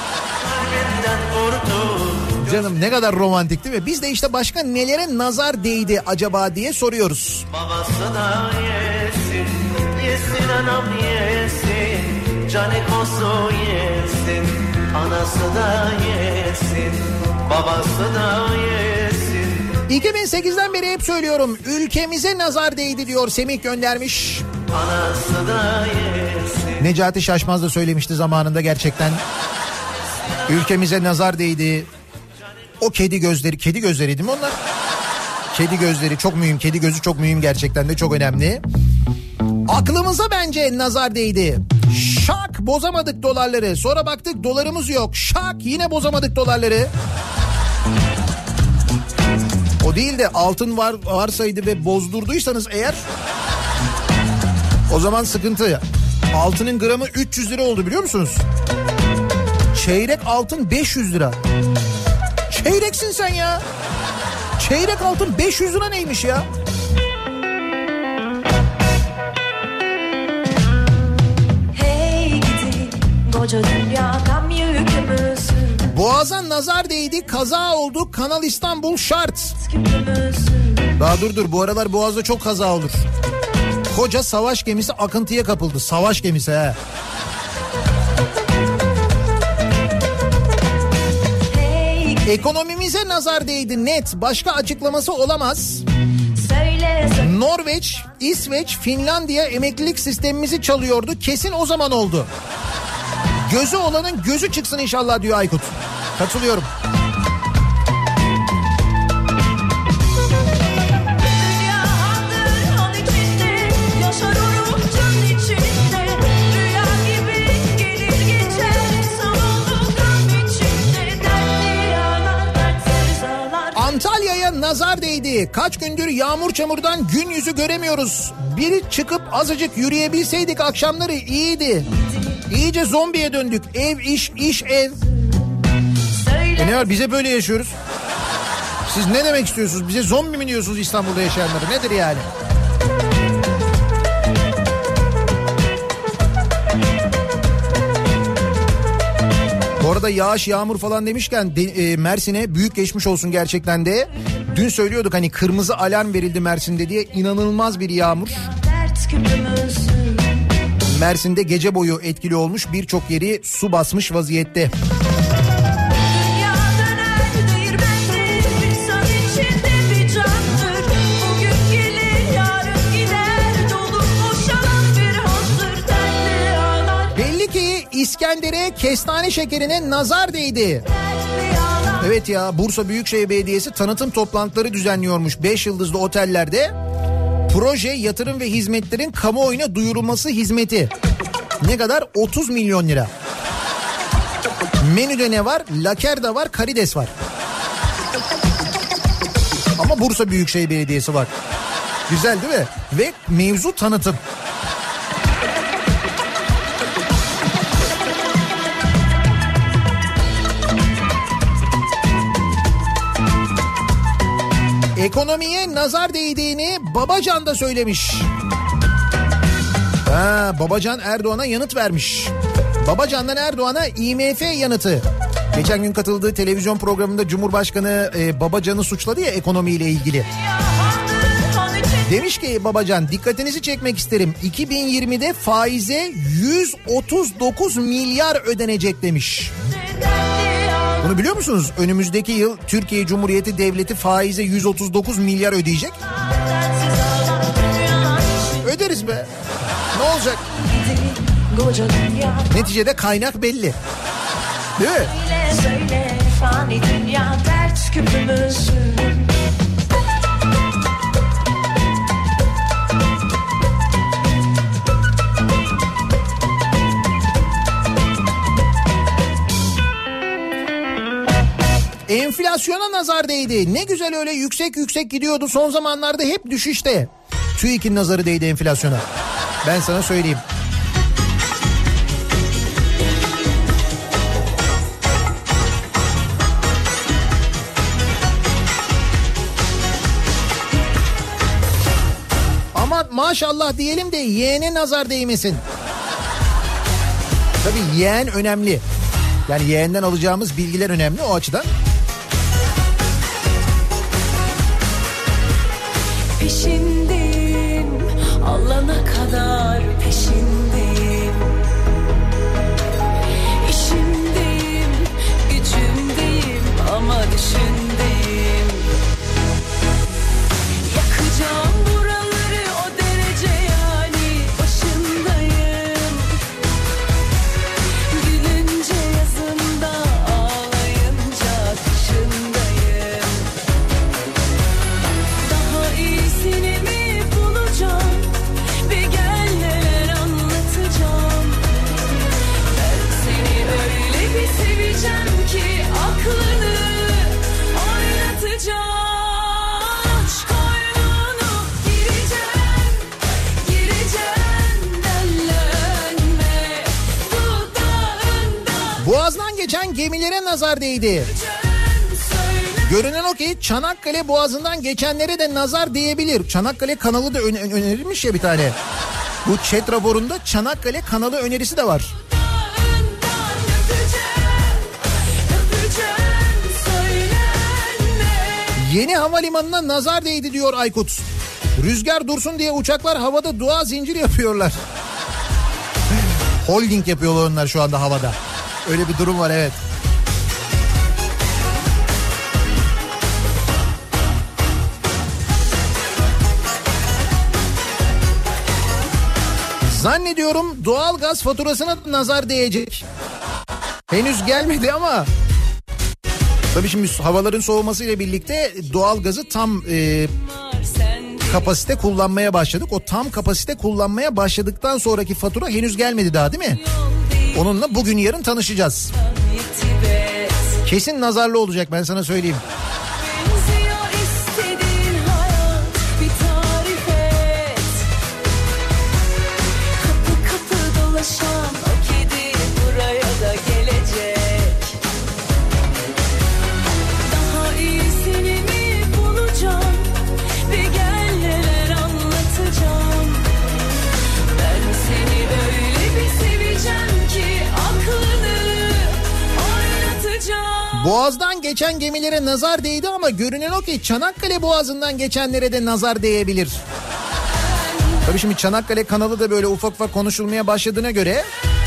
Canım ne kadar romantik değil mi? Biz de işte başka nelere nazar değdi acaba diye soruyoruz. Babası da yesin, yesin anam yesin. Canikosu yesin, anası da yesin, babası da yesin. 2008'den beri hep söylüyorum, ülkemize nazar değdi diyor Semih göndermiş. Anası da yesin. Necati Şaşmaz da söylemişti zamanında gerçekten. Ülkemize nazar değdi. O kedi gözleri değil mi onlar? Kedi gözleri çok mühim, kedi gözü çok mühim, gerçekten de çok önemli. Aklımıza bence nazar değdi. Şak bozamadık dolarları, sonra baktık dolarımız yok. Şak yine bozamadık dolarları. O değil de altın varsaydı ve bozdurduysanız eğer, o zaman sıkıntı. Altının gramı 300 lira oldu biliyor musunuz? Çeyrek altın 500 lira. Çeyreksin sen ya. Çeyrek altın 500 lira neymiş ya? Hey gidi koca dünya tam yükümüzsün. Boğaz'a nazar değdi, kaza oldu, Kanal İstanbul şart. Küpümüzsün. Daha dur bu aralar Boğaz'da çok kaza olur. Koca savaş gemisi akıntıya kapıldı. Savaş gemisi he. Ekonomimize nazar değdi net. Başka açıklaması olamaz. Söyle, söyle. Norveç, İsveç, Finlandiya emeklilik sistemimizi çalıyordu. Kesin o zaman oldu. Gözü olanın gözü çıksın inşallah diyor Aykut. Katılıyorum. Dünya handır han içinde, yaşarım can içinde. Rüya gibi gelir geçer, savundu kan içinde. Dertli ağlar, dertsiz ağlar. Antalya'ya nazar değdi. Kaç gündür yağmur çamurdan gün yüzü göremiyoruz. Biri çıkıp azıcık yürüyebilseydik akşamları iyiydi. İyice zombiye döndük. Ev iş ev. Ne var, bize böyle yaşıyoruz. Siz ne demek istiyorsunuz? Bize zombi mi diyorsunuz İstanbul'da yaşayanları? Nedir yani? Bu arada yağış yağmur falan demişken Mersin'e büyük geçmiş olsun gerçekten de. Dün söylüyorduk hani kırmızı alarm verildi Mersin'de diye, inanılmaz bir yağmur. Dert küpümüzsün. Mersin'de gece boyu etkili olmuş, birçok yeri su basmış vaziyette. Dünya döner değirmendir, insan içinde bir candır. Bugün gelir yarın gider, dolup boşalan bir hazır. Dertli ağlar, Belli ki İskender'e kestane şekerine nazar değdi. dertli ağlar. Evet ya, Bursa Büyükşehir Belediyesi tanıtım toplantıları düzenliyormuş 5 yıldızlı otellerde. Proje, yatırım ve hizmetlerin kamuoyuna duyurulması hizmeti. Ne kadar? 30 milyon lira. Menüde ne var? Lakerda var, karides var. Ama Bursa Büyükşehir Belediyesi var. Güzel değil mi? Ve mevzu tanıtım. Ekonomiye nazar değdiğini Babacan da söylemiş. Babacan Erdoğan'a yanıt vermiş. Babacan'dan Erdoğan'a IMF yanıtı. Geçen gün katıldığı televizyon programında Cumhurbaşkanı Babacan'ı suçladı ya ekonomiyle ilgili. Demiş ki Babacan, dikkatinizi çekmek isterim. 2020'de faize 139 milyar ödenecek demiş. Bunu biliyor musunuz? Önümüzdeki yıl Türkiye Cumhuriyeti Devleti faize 139 milyar ödeyecek. Öderiz be. Ne olacak? Neticede kaynak belli. Değil mi? Söyle fani dünya dert küpümüzün. Enflasyona nazar değdi. Ne güzel öyle yüksek yüksek gidiyordu. Son zamanlarda hep düşüşte. TÜİK'in nazarı değdi enflasyona. Ben sana söyleyeyim. Ama maşallah diyelim de yeğene nazar değmesin. Tabii yeğen önemli. Yani yeğenden alacağımız bilgiler önemli o açıdan. Peşindeyim, alana kadar peşindeyim. İşimdeyim, gücümdeyim ama düşündeyim. Yakacağım buraları o derece yani başındayım. Gülünce yazında, ağlayınca kışındayım. Daha iyisini mi bulacağım? Bir gel neler anlatacağım. Ben seni öyle bir seveceğim ki aklını oynatacağım. Aç koynunu gireceğim, gireceğim dellenme. Dudağından Boğaz'dan geçen gemilere nazar değdi. söyle. Görünen o ki Çanakkale Boğazı'ndan geçenlere de nazar değebilir. Çanakkale kanalı da önerilmiş ya bir tane. Bu chat raporunda Çanakkale kanalı önerisi de var. Dudağından öpeceğim, öpeceğim söylenme. Yeni havalimanına nazar değdi diyor Aykut. Rüzgar dursun diye uçaklar havada dua zinciri yapıyorlar. Holding yapıyorlar onlar şu anda havada. Öyle bir durum var, evet. Zannediyorum doğalgaz faturasına nazar değecek. Henüz gelmedi ama tabii şimdi havaların soğumasıyla birlikte doğalgazı tam kapasite kullanmaya başladık. O tam kapasite kullanmaya başladıktan sonraki fatura henüz gelmedi daha, değil mi? Onunla bugün yarın tanışacağız. Kesin nazarlı olacak, ben sana söyleyeyim. Benziyor istediğin hayat, bir tarif et. Kapı kapı dolaşan o kedi buraya da gelecek. Daha iyisini mi bulacağım? Bir gel neler anlatacağım. Ben seni öyle bir seveceğim ki aklını oynatacağım. Boğaz'dan geçen gemilere nazar değdi ama görünen o ki Çanakkale Boğazı'ndan geçenlere de nazar değebilir. Tabii şimdi Çanakkale kanalı da böyle ufak ufak konuşulmaya başladığına göre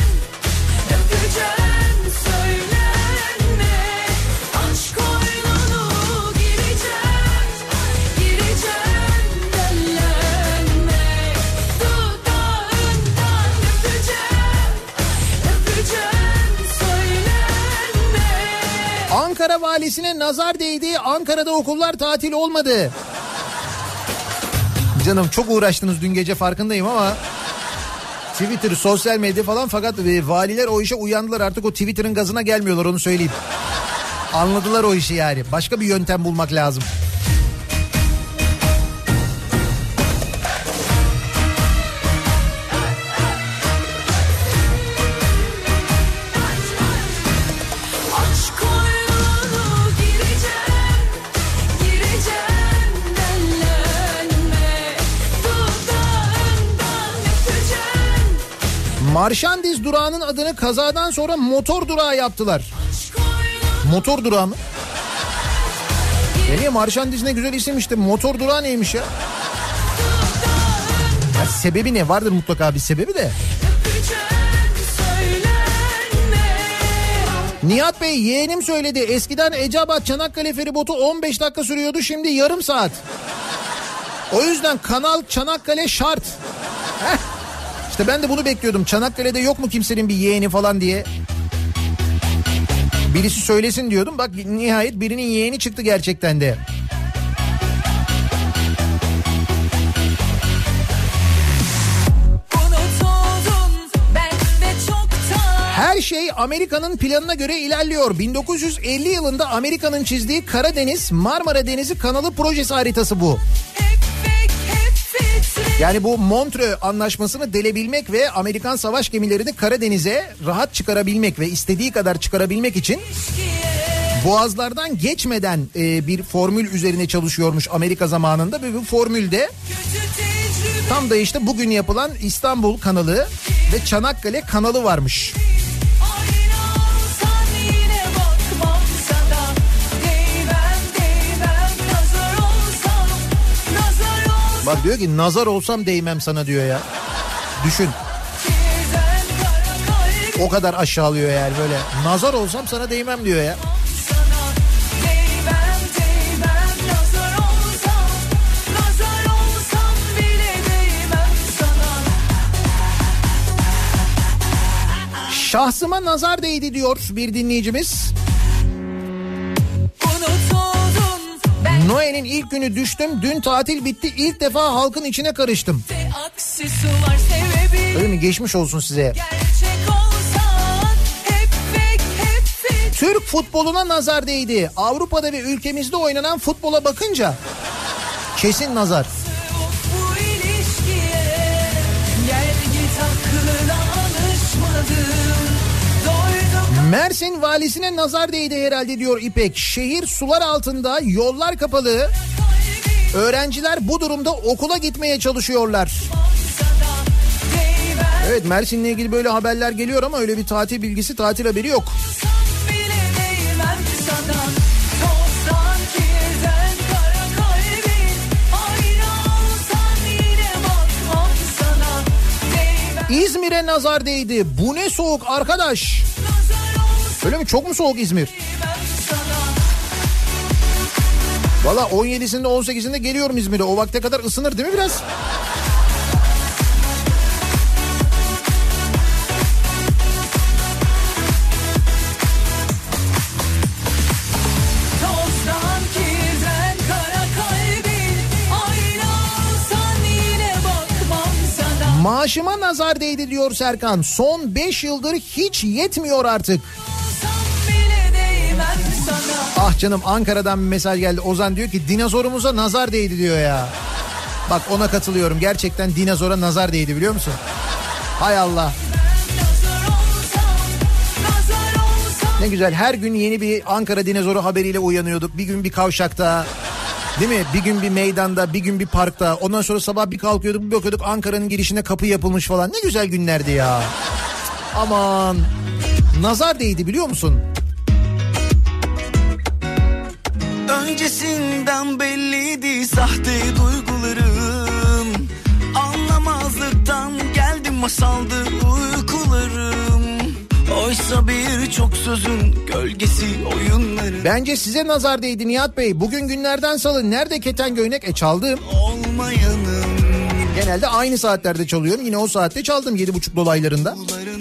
Öpeceğim söylenme. Aşk oyununu gireceğim, gireceğim dellenme. Dudağından öpeceğim, öpeceğim söylenme. Ankara valisine nazar değdi. Ankara'da okullar tatil olmadı. Canım çok uğraştınız dün gece, farkındayım ama Twitter, sosyal medya falan, fakat valiler o işe uyandılar, artık o Twitter'ın gazına gelmiyorlar, onu söyleyeyim. Anladılar o işi yani. Başka bir yöntem bulmak lazım. Aşk oyununu gireceğim, gireceğim dellenme. Dudağından öpeceğim. Marşandiz durağının adını kazadan sonra motor durağı yaptılar. Aşk oyununu Motor durağı mı? Niye Marşandiz ne güzel isimmiş de motor durağı neymiş ya? Ya sebebi ne? Vardır mutlaka bir sebebi de. Nihat Bey, yeğenim söyledi. Eskiden Eceabat Çanakkale feribotu 15 dakika sürüyordu, şimdi yarım saat. O yüzden Kanal Çanakkale şart. Heh. İşte ben de bunu bekliyordum. Çanakkale'de yok mu kimsenin bir yeğeni falan diye. Birisi söylesin diyordum. Bak nihayet birinin yeğeni çıktı gerçekten de. Her şey Amerika'nın planına göre ilerliyor. 1950 yılında Amerika'nın çizdiği Karadeniz, Marmara Denizi kanalı projesi haritası bu. Yani bu Montreux Anlaşması'nı delebilmek ve Amerikan savaş gemilerini Karadeniz'e rahat çıkarabilmek ve istediği kadar çıkarabilmek için boğazlardan geçmeden bir formül üzerine çalışıyormuş Amerika zamanında ve bu formülde tam da işte bugün yapılan İstanbul Kanalı ve Çanakkale Kanalı varmış. Bak diyor ki nazar olsam değmem sana diyor ya. Düşün. O kadar aşağılıyor yani böyle. Nazar olsam sana değmem diyor ya. Şahsıma nazar değdi diyor bir dinleyicimiz. Noel'in ilk günü düştüm. Dün tatil bitti. İlk defa halkın içine karıştım. Öyle mi? Geçmiş olsun size. Türk futboluna nazar değdi. Avrupa'da ve ülkemizde oynanan futbola bakınca kesin nazar. Mersin valisine nazar değdi herhalde diyor İpek. Şehir sular altında, yollar kapalı. Öğrenciler bu durumda okula gitmeye çalışıyorlar. Evet, Mersin'le ilgili böyle haberler geliyor ama öyle bir tatil bilgisi, tatil haberi yok. İzmir'e nazar değdi. Bu ne soğuk arkadaş. Öyle mi? Çok mu soğuk İzmir? Valla 17'sinde 18'inde geliyorum İzmir'e. O vakte kadar ısınır değil mi biraz? Maaşıma nazar değdi diyor Serkan. Son 5 yıldır hiç yetmiyor artık. Ah canım, Ankara'dan bir mesaj geldi. Ozan diyor ki dinozorumuza nazar değdi diyor ya. Bak ona katılıyorum. Gerçekten dinozora nazar değdi, biliyor musun? Hay Allah. Ne güzel, her gün yeni bir Ankara dinozoru haberiyle uyanıyorduk. Bir gün bir kavşakta, değil mi? Bir gün bir meydanda, bir gün bir parkta. Ondan sonra sabah bir kalkıyorduk, bir bakıyorduk Ankara'nın girişine kapı yapılmış falan. Ne güzel günlerdi ya. Aman. Nazar değdi, biliyor musun? Öncesinden belliydi sahte duygularım. Anlamazlıktan geldi masaldı uykularım. Oysa birçok sözün gölgesi oyunları. Bence size nazar değdi Nihat Bey. Bugün günlerden salı. Nerede keten göynek? Çaldım. Olmayanım. Genelde aynı saatlerde çalıyorum. Yine o saatte çaldım 7.30 dolaylarında.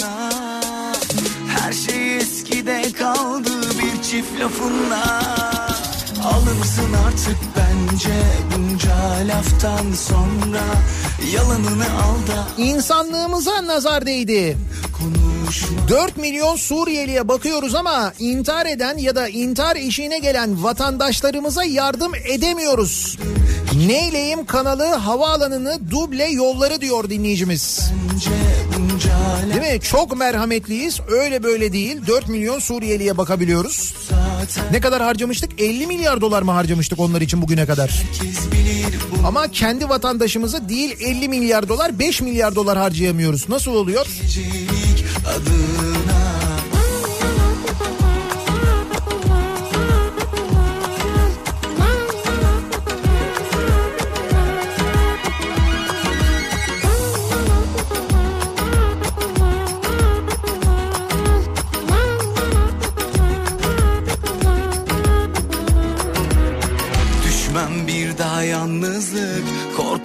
Her şey eskide kaldı bir çift lafınla. Alırsın artık bence bunca laftan sonra. Yalanını al da. İnsanlığımıza nazar değdi. 4 milyon Suriyeliye bakıyoruz ama intihar eden ya da intihar eşiğine gelen vatandaşlarımıza yardım edemiyoruz. Neyleyim kanalı, havaalanını, duble yolları diyor dinleyicimiz. Değil mi? Çok merhametliyiz. Öyle böyle değil. 4 milyon Suriyeliye bakabiliyoruz. Ne kadar harcamıştık? 50 milyar dolar mı harcamıştık onlar için bugüne kadar? Ama kendi vatandaşımıza değil 50 milyar dolar, 5 milyar dolar harcayamıyoruz. Nasıl oluyor?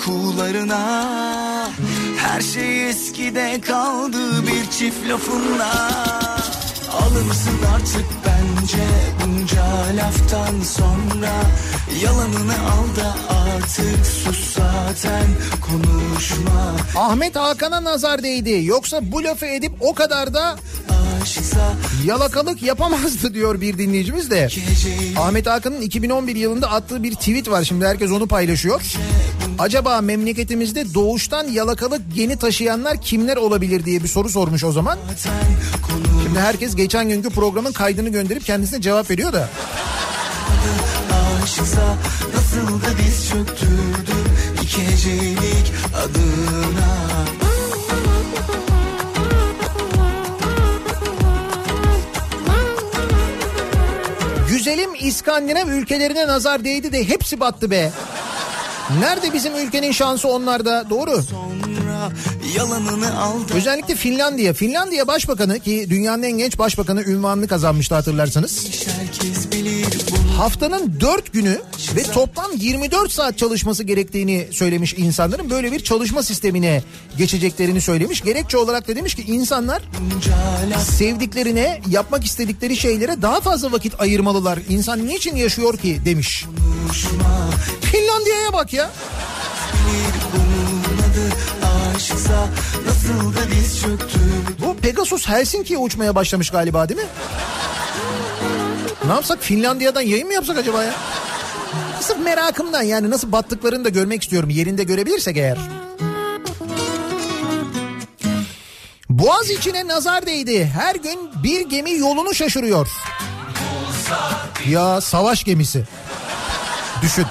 uykularına. Her şey eskide kaldı bir çift lafınla. Alırsın artık bence bunca laftan sonra. Yalanını al da artık sus zaten konuşma. Ahmet Hakan'a nazar değdi. Yoksa bu lafı edip o kadar da yalakalık yapamazdı diyor bir dinleyicimiz de. Ahmet Hakan'ın 2011 yılında attığı bir tweet var. Şimdi herkes onu paylaşıyor. Acaba memleketimizde doğuştan yalakalık geni taşıyanlar kimler olabilir diye bir soru sormuş o zaman. Şimdi herkes geçen günkü programın kaydını gönderip kendisine cevap veriyor da. Aşksa nasıl da diz çöktürdü iki hecelik adına. Güzelim İskandinav ülkelerine nazar değdi de hepsi battı be. Nerede bizim ülkenin şansı onlarda? Doğru. Özellikle Finlandiya. Finlandiya Başbakanı, ki dünyanın en genç başbakanı ünvanını kazanmıştı hatırlarsanız. Haftanın 4 günü ve toplam 24 saat çalışması gerektiğini söylemiş insanların. Böyle bir çalışma sistemine geçeceklerini söylemiş. Gerekçe olarak da demiş ki insanlar sevdiklerine, yapmak istedikleri şeylere daha fazla vakit ayırmalılar. İnsan niçin yaşıyor ki demiş. Finlandiya'ya bak ya. Bu Pegasus Helsinki'ye uçmaya başlamış galiba değil mi? Ne yapsak, Finlandiya'dan yayın mı yapsak acaba ya? Sırf merakımdan, yani nasıl battıklarını da görmek istiyorum. Yerinde görebilirsek eğer. Boğaz içine nazar değdi. Her gün bir gemi yolunu şaşırıyor. Ya savaş gemisi. Düşün.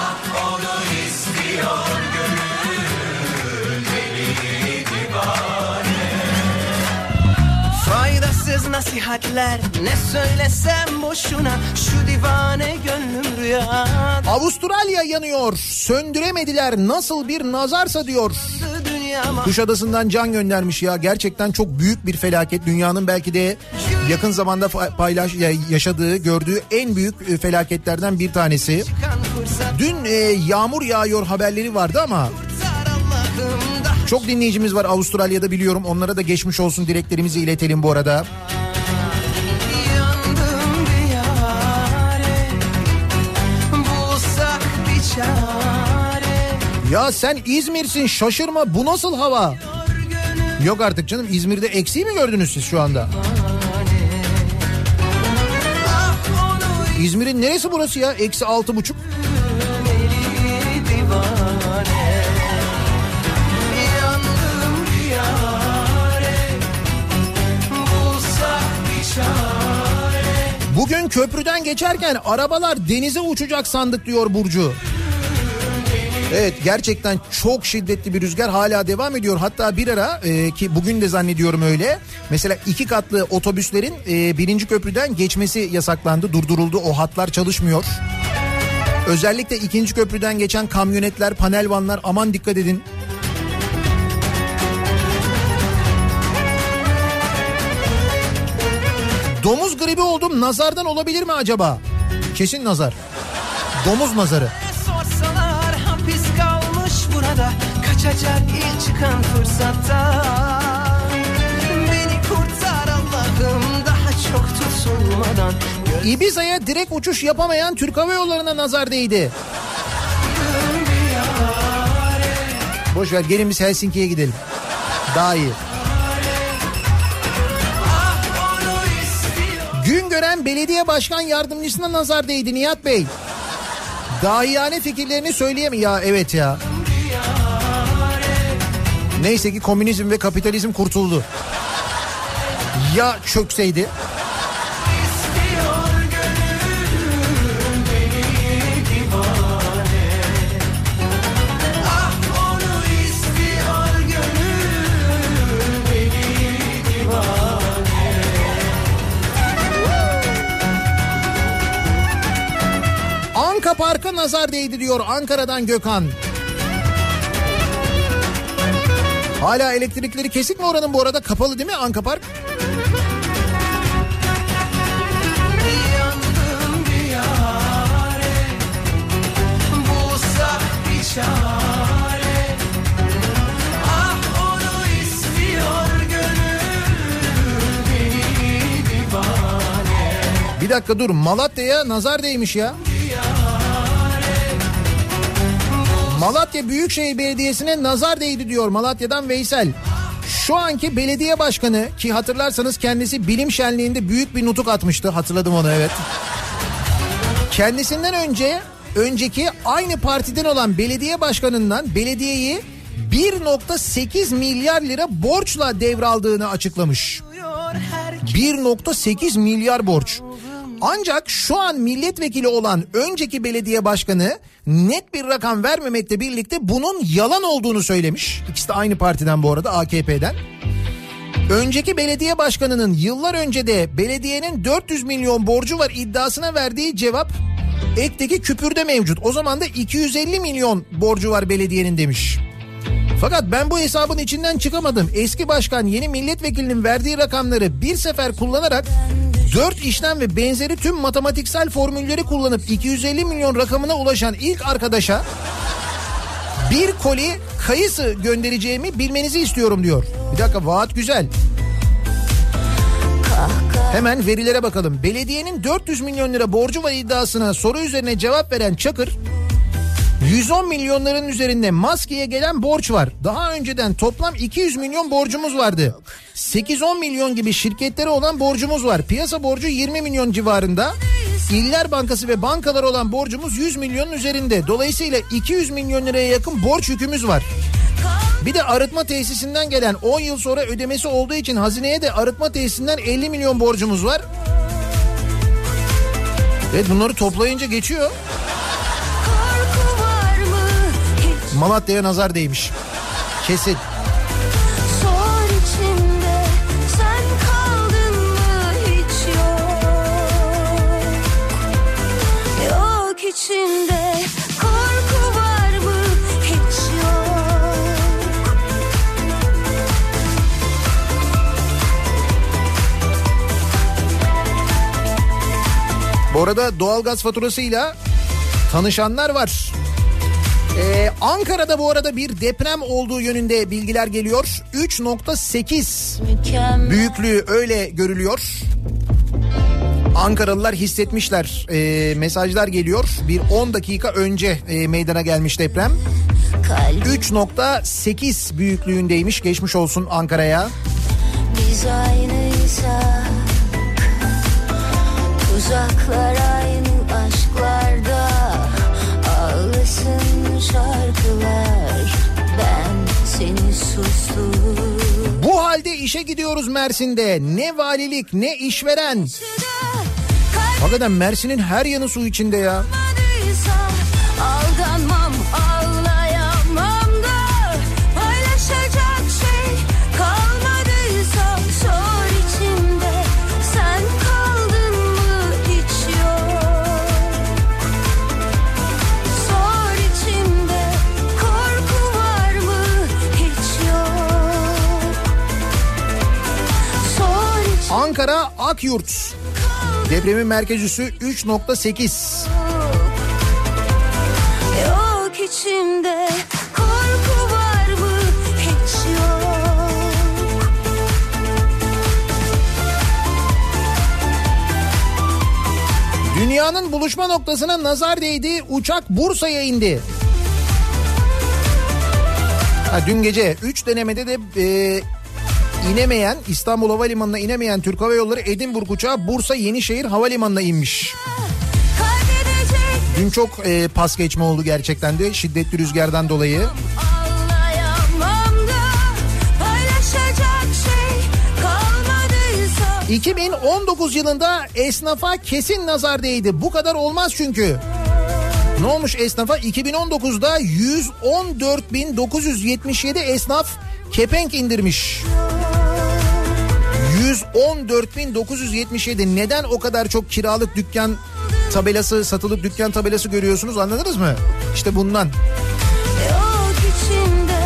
Faydasız nasihatler, ne söylesem boşuna, şu divane gönlüm rüya. Avustralya yanıyor, söndüremediler, nasıl bir nazarsa diyor. Kuşadası'ndan can göndermiş ya, gerçekten çok büyük bir felaket. Dünyanın belki de yakın zamanda yaşadığı, gördüğü en büyük felaketlerden bir tanesi. Dün yağmur yağıyor haberleri vardı ama çok dinleyicimiz var Avustralya'da, biliyorum. Onlara da geçmiş olsun dileklerimizi iletelim bu arada. Ya sen İzmir'sin, şaşırma, bu nasıl hava? Yok artık canım, İzmir'de eksiği mi gördünüz siz şu anda? İzmir'in neresi burası ya? Eksi 6,5. Bugün köprüden geçerken arabalar denize uçacak sandık diyor Burcu. Evet, gerçekten çok şiddetli bir rüzgar hala devam ediyor. Hatta bir ara ki bugün de zannediyorum öyle. Mesela 2 katlı otobüslerin 1. köprüden geçmesi yasaklandı, durduruldu. O hatlar çalışmıyor. Özellikle 2. köprüden geçen kamyonetler, panel vanlar, aman dikkat edin. Domuz gribi oldum, nazardan olabilir mi acaba? Kesin nazar. Domuz nazarı. Sorsalar hapis kalmış burada, kaçacak ilk çıkan fırsatta. Beni kurtar Allah'ım, daha çok tutulmadan. Ibiza'ya direkt uçuş yapamayan Türk Hava Yolları'na nazar değdi. Boş ver, gelin biz Helsinki'ye gidelim. Daha iyi. Güngören Belediye Başkan Yardımcısına nazar değdi Nihat Bey. Dahiyane fikirlerini söyleyemiyor. Ya evet ya. Neyse ki komünizm ve kapitalizm kurtuldu. Ya çökseydi. Anka Park'a nazar değdi diyor Ankara'dan Gökhan. Hala elektrikleri kesik mi oranın bu arada? Kapalı değil mi Anka Park? Yandım bir yâre, bulsak bir çare. dakika dur, Malatya'ya nazar değmiş ya. Malatya Büyükşehir Belediyesi'ne nazar değdi diyor Malatya'dan Veysel. Şu anki belediye başkanı, ki hatırlarsanız kendisi bilim şenliğinde büyük bir nutuk atmıştı. Hatırladım onu, evet. Kendisinden önceki aynı partiden olan belediye başkanından belediyeyi 1.8 milyar lira borçla devraldığını açıklamış. 1.8 milyar borç. Ancak şu an milletvekili olan önceki belediye başkanı net bir rakam vermemekle birlikte bunun yalan olduğunu söylemiş. İkisi de aynı partiden bu arada, AKP'den. Önceki belediye başkanının yıllar önce de belediyenin 400 milyon borcu var iddiasına verdiği cevap ekteki küpürde mevcut. O zaman da 250 milyon borcu var belediyenin demiş. Fakat ben bu hesabın içinden çıkamadım. Eski başkan yeni milletvekilinin verdiği rakamları bir sefer kullanarak 4 işlem ve benzeri tüm matematiksel formülleri kullanıp 250 milyon rakamına ulaşan ilk arkadaşa bir koli kayısı göndereceğimi bilmenizi istiyorum diyor. Bir dakika, vaat güzel. Hemen verilere bakalım. Belediyenin 400 milyon lira borcu var iddiasına soru üzerine cevap veren Çakır, 110 milyonların üzerinde maskeye gelen borç var. Daha önceden toplam 200 milyon borcumuz vardı. 8-10 milyon gibi şirketlere olan borcumuz var. Piyasa borcu 20 milyon civarında. İller Bankası ve bankalar olan borcumuz 100 milyonun üzerinde. Dolayısıyla 200 milyon liraya yakın borç yükümüz var. Bir de arıtma tesisinden gelen 10 yıl sonra ödemesi olduğu için hazineye de arıtma tesisinden 50 milyon borcumuz var. Evet, bunları toplayınca geçiyor. Malatya'ya nazar değmiş. Kesin. Sor içinde sen kaldın mı hiç yok. Yok içinde korku var mı hiç yok. Bu arada doğalgaz faturasıyla tanışanlar var. Ankara'da bu arada bir deprem olduğu yönünde bilgiler geliyor. 3.8 büyüklüğü öyle görülüyor. Ankaralılar hissetmişler. Mesajlar geliyor. Bir 10 dakika önce meydana gelmiş deprem. 3.8 büyüklüğündeymiş. Geçmiş olsun Ankara'ya. Biz aynıysak tuzaklar aynı aşklarda ağlasın şarkılar, ben seni sustum. Bu halde işe gidiyoruz Mersin'de. Ne valilik ne işveren. Hakikaten Mersin'in her yanı su içinde ya. Aldanmam, ağlayamam da paylaşacak şey kalmadıysa sor içimde sen kaldın mı hiç yok. Sor içimde korku var mı hiç yok. Sor içimde Ankara Akyurt. Depremin merkez üssü 3.8. Yok içimde korku var mı hiç yok. Dünyanın buluşma noktasına nazar değdi. Uçak Bursa'ya indi. Dün gece 3 denemede de inemeyen, İstanbul Havalimanı'na inemeyen Türk Hava Yolları Edinburgh uçağı Bursa Yenişehir Havalimanı'na inmiş. Dün çok pas geçme oldu gerçekten de şiddetli rüzgardan dolayı. 2019 yılında esnafa kesin nazar değdi. Bu kadar olmaz çünkü. Ne olmuş esnafa? 2019'da 114.977 esnaf kepenk indirmiş. 114.977. Neden o kadar çok kiralık dükkan tabelası, satılık dükkan tabelası görüyorsunuz, anladınız mı? İşte bundan. Yok içimde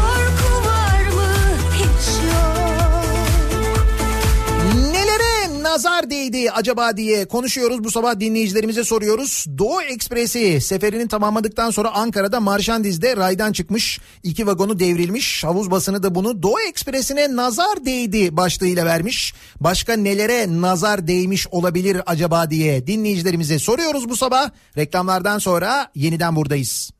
korku var mı hiç yok. Nelere nazar değdi acaba diye konuşuyoruz. Bu sabah dinleyicilerimize soruyoruz. Doğu Ekspresi seferini tamamladıktan sonra Ankara'da Marşandiz'de raydan çıkmış. 2 vagonu devrilmiş. Havuz basını da bunu Doğu Ekspresi'ne nazar değdi başlığıyla vermiş. Başka nelere nazar değmiş olabilir acaba diye dinleyicilerimize soruyoruz bu sabah. Reklamlardan sonra yeniden buradayız.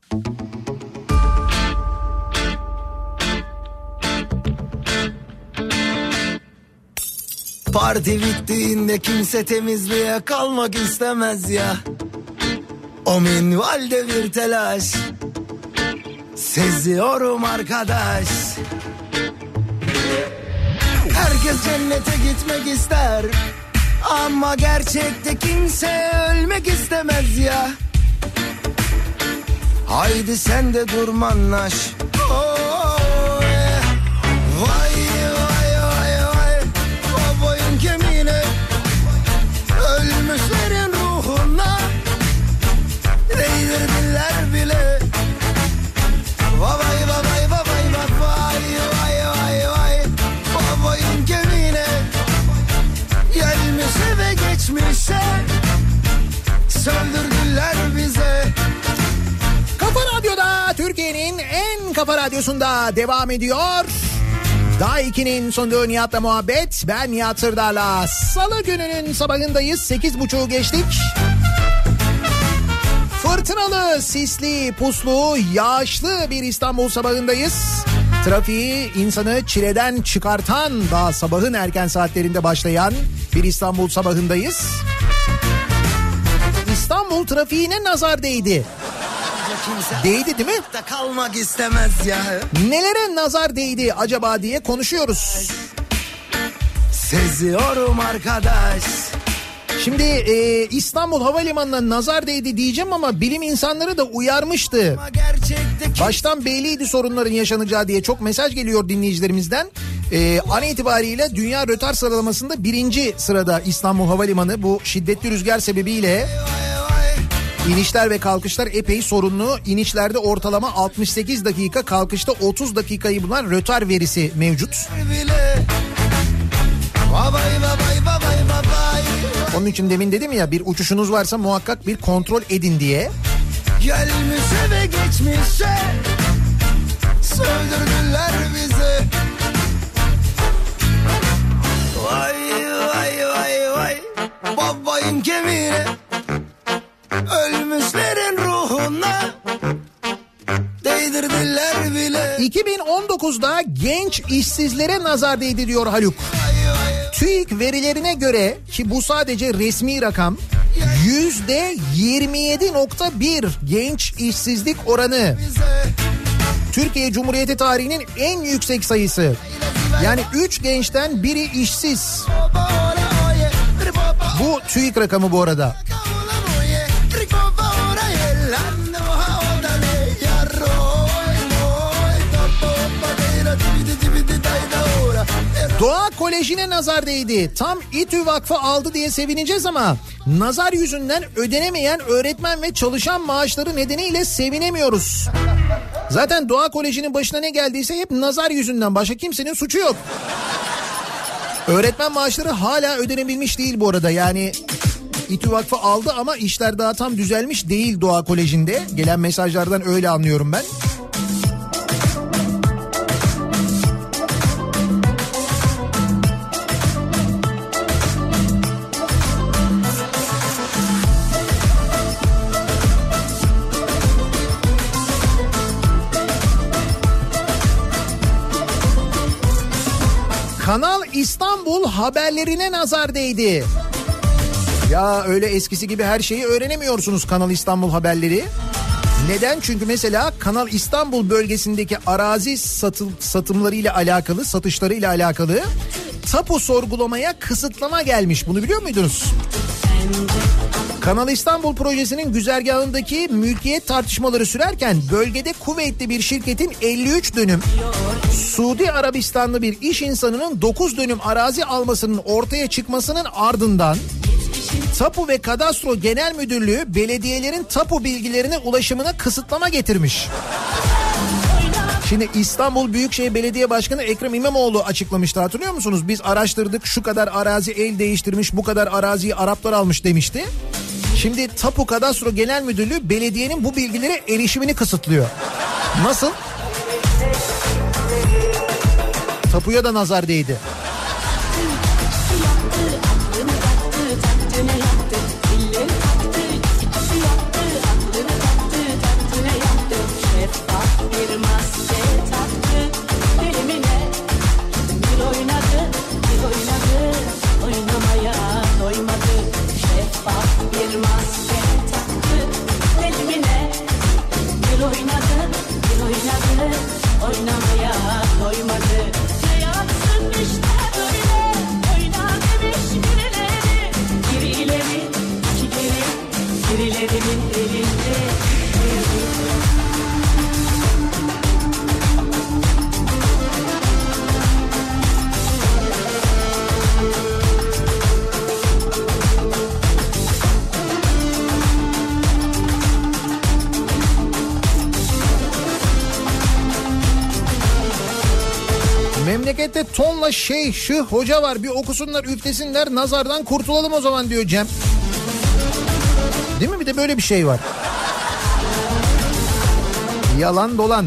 Parti bittiğinde kimse temizliğe kalmak istemez ya. O minvalde bir telaş seziyorum arkadaş. Herkes cennete gitmek ister ama gerçekte kimse ölmek istemez ya. Haydi sen de durmanlaş. Vay vay vay vay, o boyun kemiğine, ölmüşlerin ruhuna değdirdiler bile. Vay vay vay vay vay vay vay vay, o boyun kemiğine, gelmişe ve geçmişe söndürdüler bize. Kafa Radyo'da, Türkiye'nin en kafa radyosunda devam ediyor. Daha 2'nin sonunda Nihat'la muhabbet. Ben Nihat Sırdar'la. Salı gününün sabahındayız. 8.30'u geçtik. Fırtınalı, sisli, puslu, yağışlı bir İstanbul sabahındayız. Trafiği insanı çileden çıkartan, daha sabahın erken saatlerinde başlayan bir İstanbul sabahındayız. İstanbul trafiğine nazar değdi. Değdi değil mi? Kalmak istemez ya. Nelere nazar değdi acaba diye konuşuyoruz. Seziyorum arkadaş. Şimdi İstanbul Havalimanı'na nazar değdi diyeceğim ama bilim insanları da uyarmıştı. Baştan belliydi sorunların yaşanacağı diye çok mesaj geliyor dinleyicilerimizden. An itibariyle dünya rötar sıralamasında 1. sırada İstanbul Havalimanı. Bu şiddetli rüzgar sebebiyle İnişler ve kalkışlar epey sorunlu. İnişlerde ortalama 68 dakika, kalkışta 30 dakikayı bulan rötar verisi mevcut. Onun için demin dedim ya, bir uçuşunuz varsa muhakkak bir kontrol edin diye. Gelmişe ve geçmişe söndürdüler bizi. Vay vay vay vay, babayın kemiğine, ölmüşlerin ruhuna değdirdiler bile. 2019'da genç işsizlere nazar değdi diyor Haluk. TÜİK verilerine göre, ki bu sadece resmi rakam, %27.1 genç işsizlik oranı. Türkiye Cumhuriyeti tarihinin en yüksek sayısı. Yani 3 gençten biri işsiz. Bu TÜİK rakamı bu arada. Doğa Koleji'ne nazar değdi. Tam İTÜ Vakfı aldı diye sevineceğiz ama nazar yüzünden ödenemeyen öğretmen ve çalışan maaşları nedeniyle sevinemiyoruz. Zaten Doğa Koleji'nin başına ne geldiyse hep nazar yüzünden, başka kimsenin suçu yok. Öğretmen maaşları hala ödenebilmiş değil bu arada. Yani İTÜ Vakfı aldı ama işler daha tam düzelmiş değil Doğa Koleji'nde. Gelen mesajlardan öyle anlıyorum ben. Kanal İstanbul haberlerine nazar değdi. Ya öyle eskisi gibi her şeyi öğrenemiyorsunuz Kanal İstanbul haberleri. Neden? Çünkü mesela Kanal İstanbul bölgesindeki arazi satımlarıyla alakalı, satışlarıyla alakalı tapu sorgulamaya kısıtlama gelmiş. Bunu biliyor muydunuz? Kanal İstanbul projesinin güzergahındaki mülkiyet tartışmaları sürerken bölgede kuvvetli bir şirketin 53 dönüm, Suudi Arabistanlı bir iş insanının 9 dönüm arazi almasının ortaya çıkmasının ardından Tapu ve Kadastro Genel Müdürlüğü belediyelerin tapu bilgilerine ulaşımına kısıtlama getirmiş. Şimdi İstanbul Büyükşehir Belediye Başkanı Ekrem İmamoğlu açıklamıştı, hatırlıyor musunuz? Biz araştırdık, şu kadar arazi el değiştirmiş, bu kadar araziyi Araplar almış demişti. Şimdi Tapu Kadastro Genel Müdürlüğü belediyenin bu bilgilere erişimini kısıtlıyor. Nasıl? Tapuya da nazar değdi. Memlekette tonla şu hoca var, bir okusunlar üflesinler, nazardan kurtulalım o zaman diyor Cem. Değil mi? Bir de böyle bir şey var. Yalan dolan.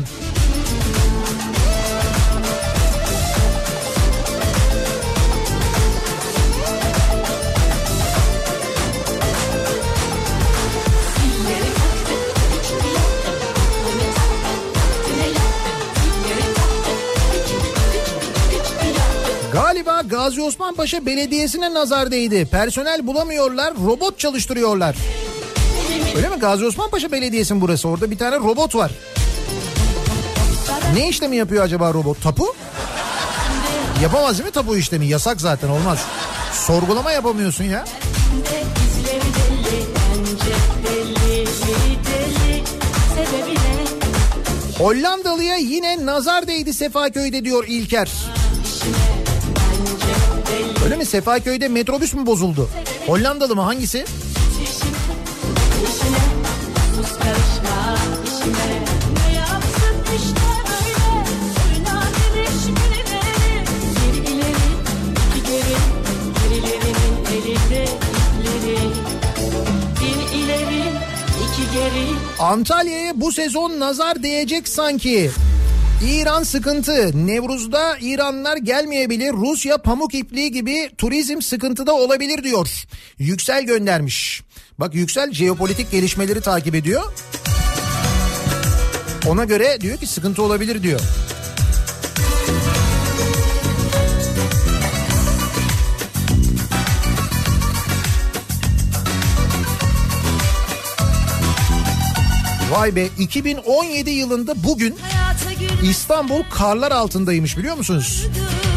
Galiba Gazi Osman Paşa Belediyesi'ne nazar değdi. Personel bulamıyorlar, robot çalıştırıyorlar. Öyle mi? Gazi Osman Paşa Belediyesi mi burası? Orada bir tane robot var. Ne işlemi yapıyor acaba robot? Tapu? Yapamaz değil mi tapu işlemi? Yasak zaten, olmaz. Sorgulama yapamıyorsun ya. Hollandalı'ya yine nazar değdi Sefaköy'de diyor İlker. Öyle mi? Sefaköy'de metrobüs mü bozuldu? Hollandalı mı? Hangisi? Antalya'ya bu sezon nazar değecek sanki. İran sıkıntı. Nevruz'da İranlılar gelmeyebilir. Rusya pamuk ipliği gibi turizm sıkıntıda olabilir diyor. Yüksel göndermiş. Bak Yüksel jeopolitik gelişmeleri takip ediyor. Ona göre diyor ki sıkıntı olabilir diyor. Vay be, 2017 yılında bugün İstanbul karlar altındaymış, biliyor musunuz?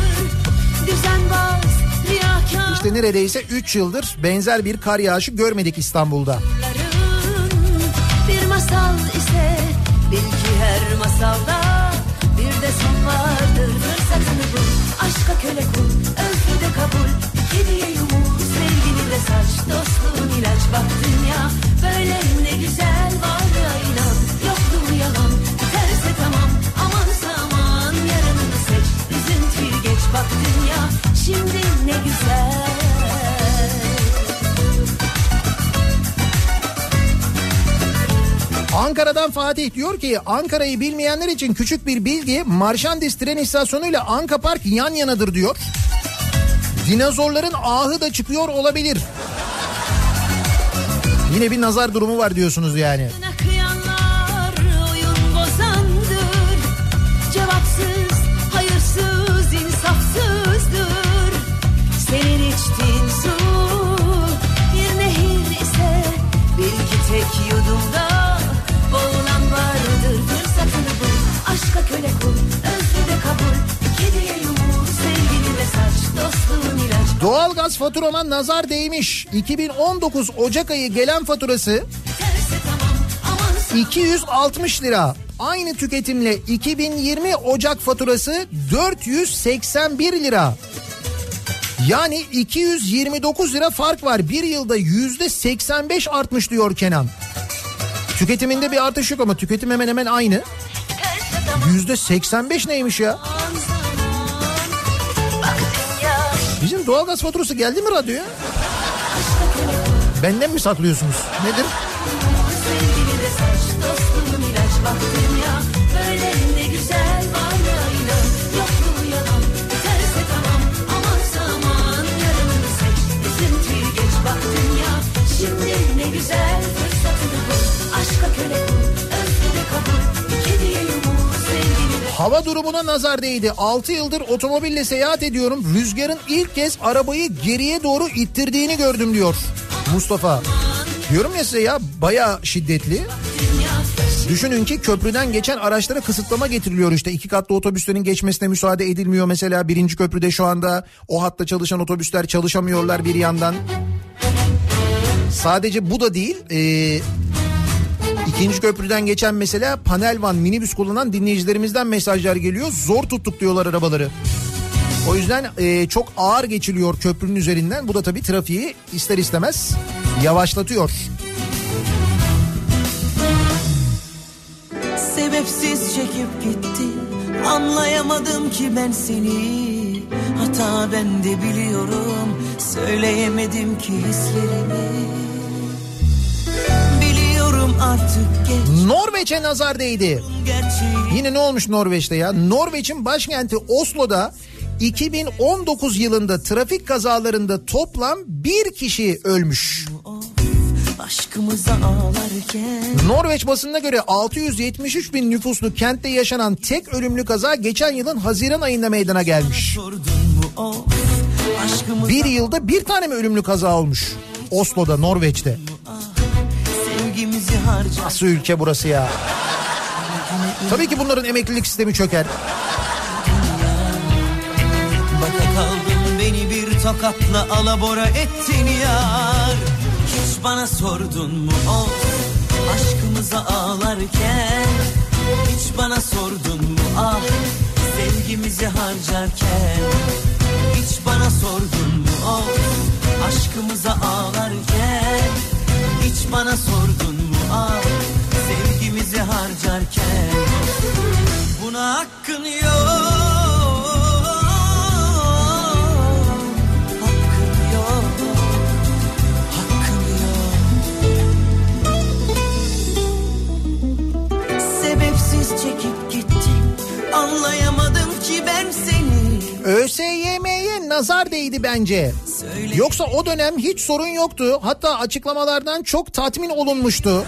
İşte neredeyse 3 yıldır benzer bir kar yağışı görmedik İstanbul'da. Bir masal ise bil ki her masalda bir de son vardır. Fırsatını bul, aşka köle kul, özgür de kabul. Hediye yumur, sevgini de saç, dostluğun ilaç. Bak dünya böyle ne güzel, varlığa inan, yokluğu yalan. Terse tamam, amansa aman, yarınını seç, üzüntüyü geç. Bak dünya şimdi ne güzel. Ankara'dan Fatih diyor ki Ankara'yı bilmeyenler için küçük bir bilgi, Marşandis tren istasyonu ile Anka Park yan yanadır diyor. Dinozorların ahı da çıkıyor olabilir. Yine bir nazar durumu var diyorsunuz yani. Kıyanlar oyun bozandır, cevapsız, hayırsız, insafsızdır. Senin içtiğin su bir nehir ise bil ki tek yudumda boğulan vardır. Fırsatını bul, aşka köle kul, özgür de kabul. Kediye yumur, sevgini de saç, dostluğun ilaç. Doğalgaz faturama nazar değmiş. 2019 Ocak ayı gelen faturası 260 lira. Aynı tüketimle 2020 Ocak faturası 481 lira. Yani 229 lira fark var. Bir yılda %85 artmış diyor Kenan. Tüketiminde bir artış yok ama tüketim hemen hemen aynı. %85 neymiş ya? Bizim doğalgaz faturası geldi mi radyoya? Benden mi saklıyorsunuz? Nedir? Şimdi ne güzel fırsatını bul. Aşka köle kul, özgürlüğe kabul. Kediye yumur, sevgini. Hava durumuna nazar değdi. 6 yıldır otomobille seyahat ediyorum. Rüzgarın ilk kez arabayı geriye doğru ittirdiğini gördüm diyor Mustafa. Diyorum ya size ya, bayağı şiddetli. Düşünün ki köprüden geçen araçlara kısıtlama getiriliyor işte. 2 katlı otobüslerin geçmesine müsaade edilmiyor. Mesela 1. köprüde şu anda o hatta çalışan otobüsler çalışamıyorlar bir yandan. Sadece bu da değil. 2. köprüden geçen mesela panel van, minibüs kullanan dinleyicilerimizden mesajlar geliyor. Zor tuttuk diyorlar arabaları. O yüzden çok ağır geçiliyor köprünün üzerinden. Bu da tabii trafiği ister istemez yavaşlatıyor. Sebepsiz çekip gitti, anlayamadım ki ben seni. Hata ben de biliyorum, söyleyemedim ki hislerimi. Biliyorum artık geç. Norveç'e nazar değdi. Yine ne olmuş Norveç'te ya? Norveç'in başkenti Oslo'da 2019 yılında trafik kazalarında toplam 1 kişi ölmüş. Norveç basınına göre 673 bin nüfuslu kentte yaşanan tek ölümlü kaza geçen yılın Haziran ayında meydana gelmiş. Bir yılda bir tane mi ölümlü kaza olmuş Oslo'da, Norveç'te? Nasıl ülke burası ya? Tabii ki bunların emeklilik sistemi çöker. Baka kaldın, beni bir tokatla alabora ettin yar. Hiç bana sordun mu of, aşkımıza ağlarken? Hiç bana sordun mu ah, sevgimizi harcarken? Hiç bana sordun mu of, aşkımıza ağlarken? Hiç bana sordun mu ah, sevgimizi harcarken? Buna hakkın yok. Çekip gittim, anlayamadım ki ben seni. ÖSYM'ye nazar değdi bence. Yoksa o dönem hiç sorun yoktu. Hatta açıklamalardan çok tatmin olunmuştu.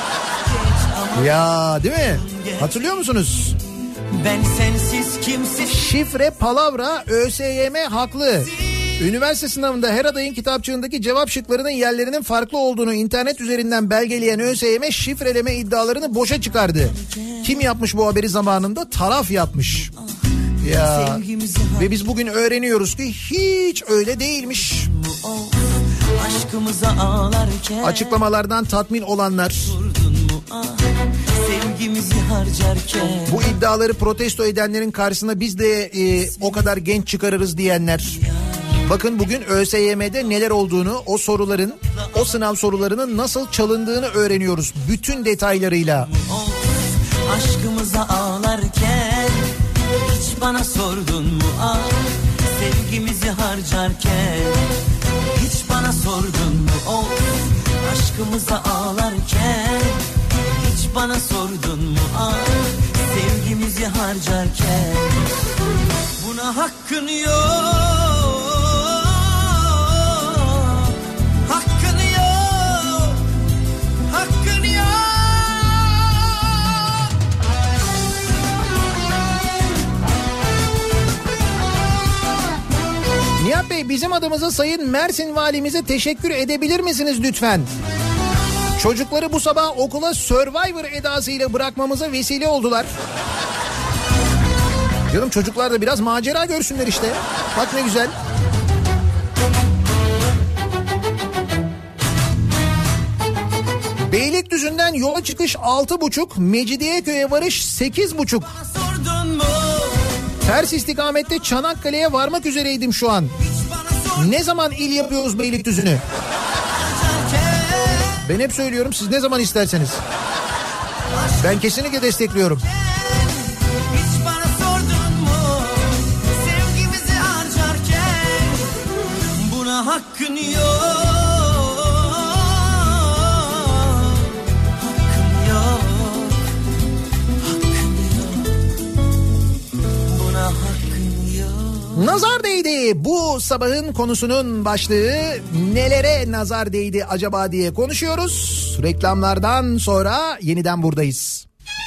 Ya değil mi? Hatırlıyor musunuz? Ben sensiz kimsin? Şifre palavra, ÖSYM haklı. Üniversite sınavında her adayın kitapçığındaki cevap şıklarının yerlerinin farklı olduğunu internet üzerinden belgeleyen ÖSYM şifreleme iddialarını boşa çıkardı. Kim yapmış bu haberi zamanında? Taraf yapmış. Ya ve biz bugün öğreniyoruz ki hiç öyle değilmiş. Açıklamalardan tatmin olanlar, bu iddiaları protesto edenlerin karşısına biz de o kadar genç çıkarırız diyenler. Bakın bugün ÖSYM'de neler olduğunu, o soruların, o sınav sorularının nasıl çalındığını öğreniyoruz bütün detaylarıyla. Aşkımıza ağlarken hiç bana sordun mu ah, sevgimizi harcarken? Hiç bana sordun mu oh, aşkımıza ağlarken? Hiç bana sordun mu ah, sevgimizi harcarken? Buna hakkın yok. Nihat Bey, bizim adımıza Sayın Mersin Valimize teşekkür edebilir misiniz lütfen? Çocukları bu sabah okula Survivor edasıyla bırakmamıza vesile oldular. Diyorum çocuklar da biraz macera görsünler işte. Bak ne güzel. Beylikdüzü'nden yola çıkış 6.30, Mecidiyeköy'e varış 8.30. Ters istikamette Çanakkale'ye varmak üzereydim şu an. Ne zaman il yapıyoruz Beylikdüzü'nü? Ben hep söylüyorum, siz ne zaman isterseniz. Ben kesinlikle destekliyorum. hakkın yok. Nazar değdi. Bu sabahın konusunun başlığı nelere nazar değdi acaba diye konuşuyoruz. Reklamlardan sonra yeniden buradayız.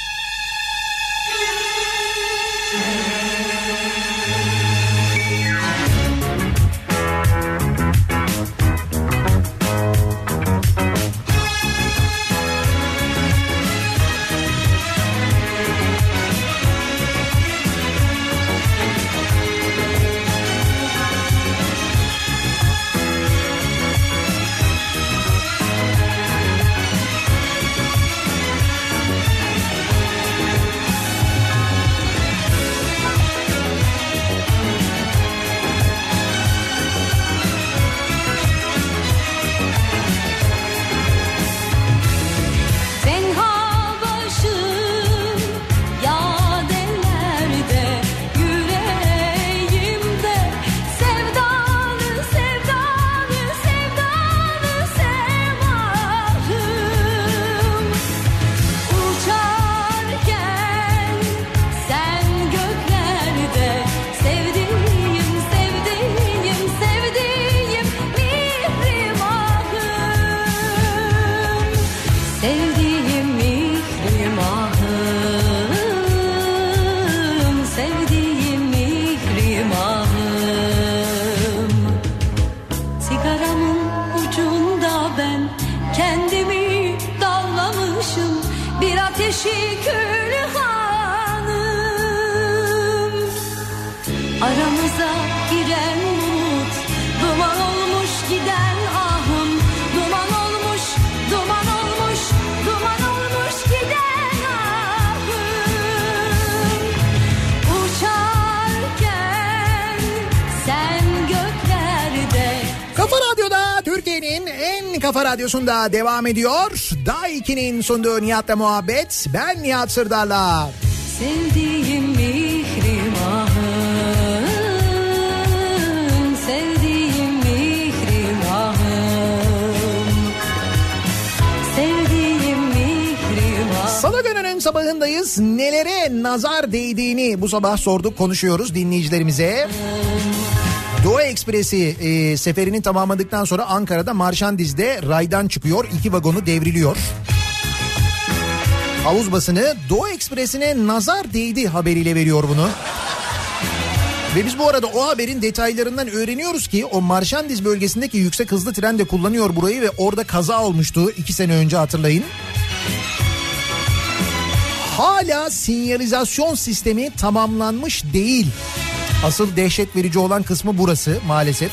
Kafa Radyosu'nda devam ediyor. Daiki'nin sunduğu Nihat'la muhabbet. Ben Nihat Sırdar'la. Sevdiğim mihrimahım, sevdiğim mihrimahım, sevdiğim mihrimahım. Salı gününün sabahındayız. Nelere nazar değdiğini bu sabah sorduk, konuşuyoruz dinleyicilerimize. Doğu Ekspresi seferini tamamladıktan sonra Ankara'da Marşandiz'de raydan çıkıyor. 2 vagonu devriliyor. Havuz basını Doğu Ekspresi'ne nazar değdi haberiyle veriyor bunu. Ve biz bu arada o haberin detaylarından öğreniyoruz ki o Marşandiz bölgesindeki yüksek hızlı tren de kullanıyor burayı ve orada kaza olmuştu 2 sene önce, hatırlayın. Hala sinyalizasyon sistemi tamamlanmış değil. Asıl dehşet verici olan kısmı burası maalesef.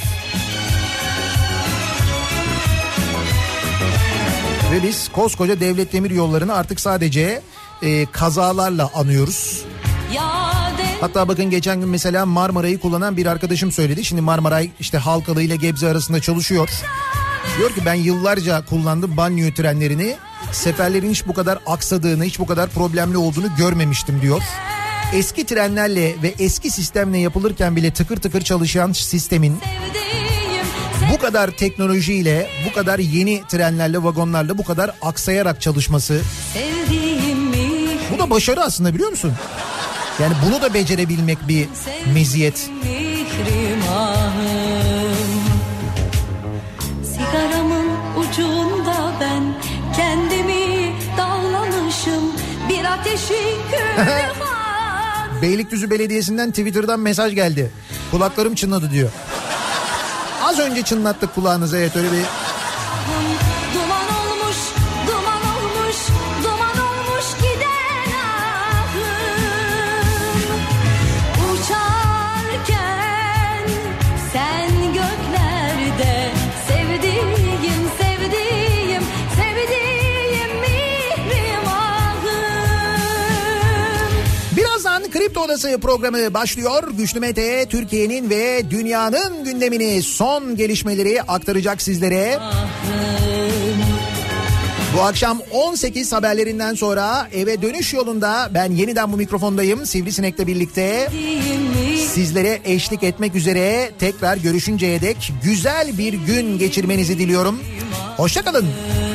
Ve biz koskoca devlet demiryollarını artık sadece kazalarla anıyoruz. Hatta bakın geçen gün mesela Marmaray'ı kullanan bir arkadaşım söyledi. Şimdi Marmaray işte Halkalı ile Gebze arasında çalışıyor. Diyor ki ben yıllarca kullandım banliyö trenlerini. Seferlerin hiç bu kadar aksadığını, hiç bu kadar problemli olduğunu görmemiştim diyor. Eski trenlerle ve eski sistemle yapılırken bile tıkır tıkır çalışan sistemin bu kadar teknolojiyle, bu kadar yeni trenlerle, vagonlarla bu kadar aksayarak çalışması, bu da başarı aslında, biliyor musun? Yani bunu da becerebilmek bir meziyet. Sigaramın ucunda ben kendimi dağlamışım, bir ateşi külhan. Beylikdüzü Belediyesi'nden Twitter'dan mesaj geldi. Kulaklarım çınladı diyor. Az önce çınlattık kulağınıza, evet, öyle bir... Duman olmuş, duman olmuş, duman olmuş giden ahım. Uçarken sen göklerde, sevdiğim, sevdiğim, sevdiğim mihrimahım. Birazdan Kripto Odası programı başlıyor. Güçlü Mete Türkiye'nin ve dünyanın gündemini, son gelişmeleri aktaracak sizlere. Bu akşam 18 haberlerinden sonra eve dönüş yolunda ben yeniden bu mikrofondayım. Sivrisinek'le birlikte sizlere eşlik etmek üzere tekrar görüşünceye dek güzel bir gün geçirmenizi diliyorum. Hoşça kalın.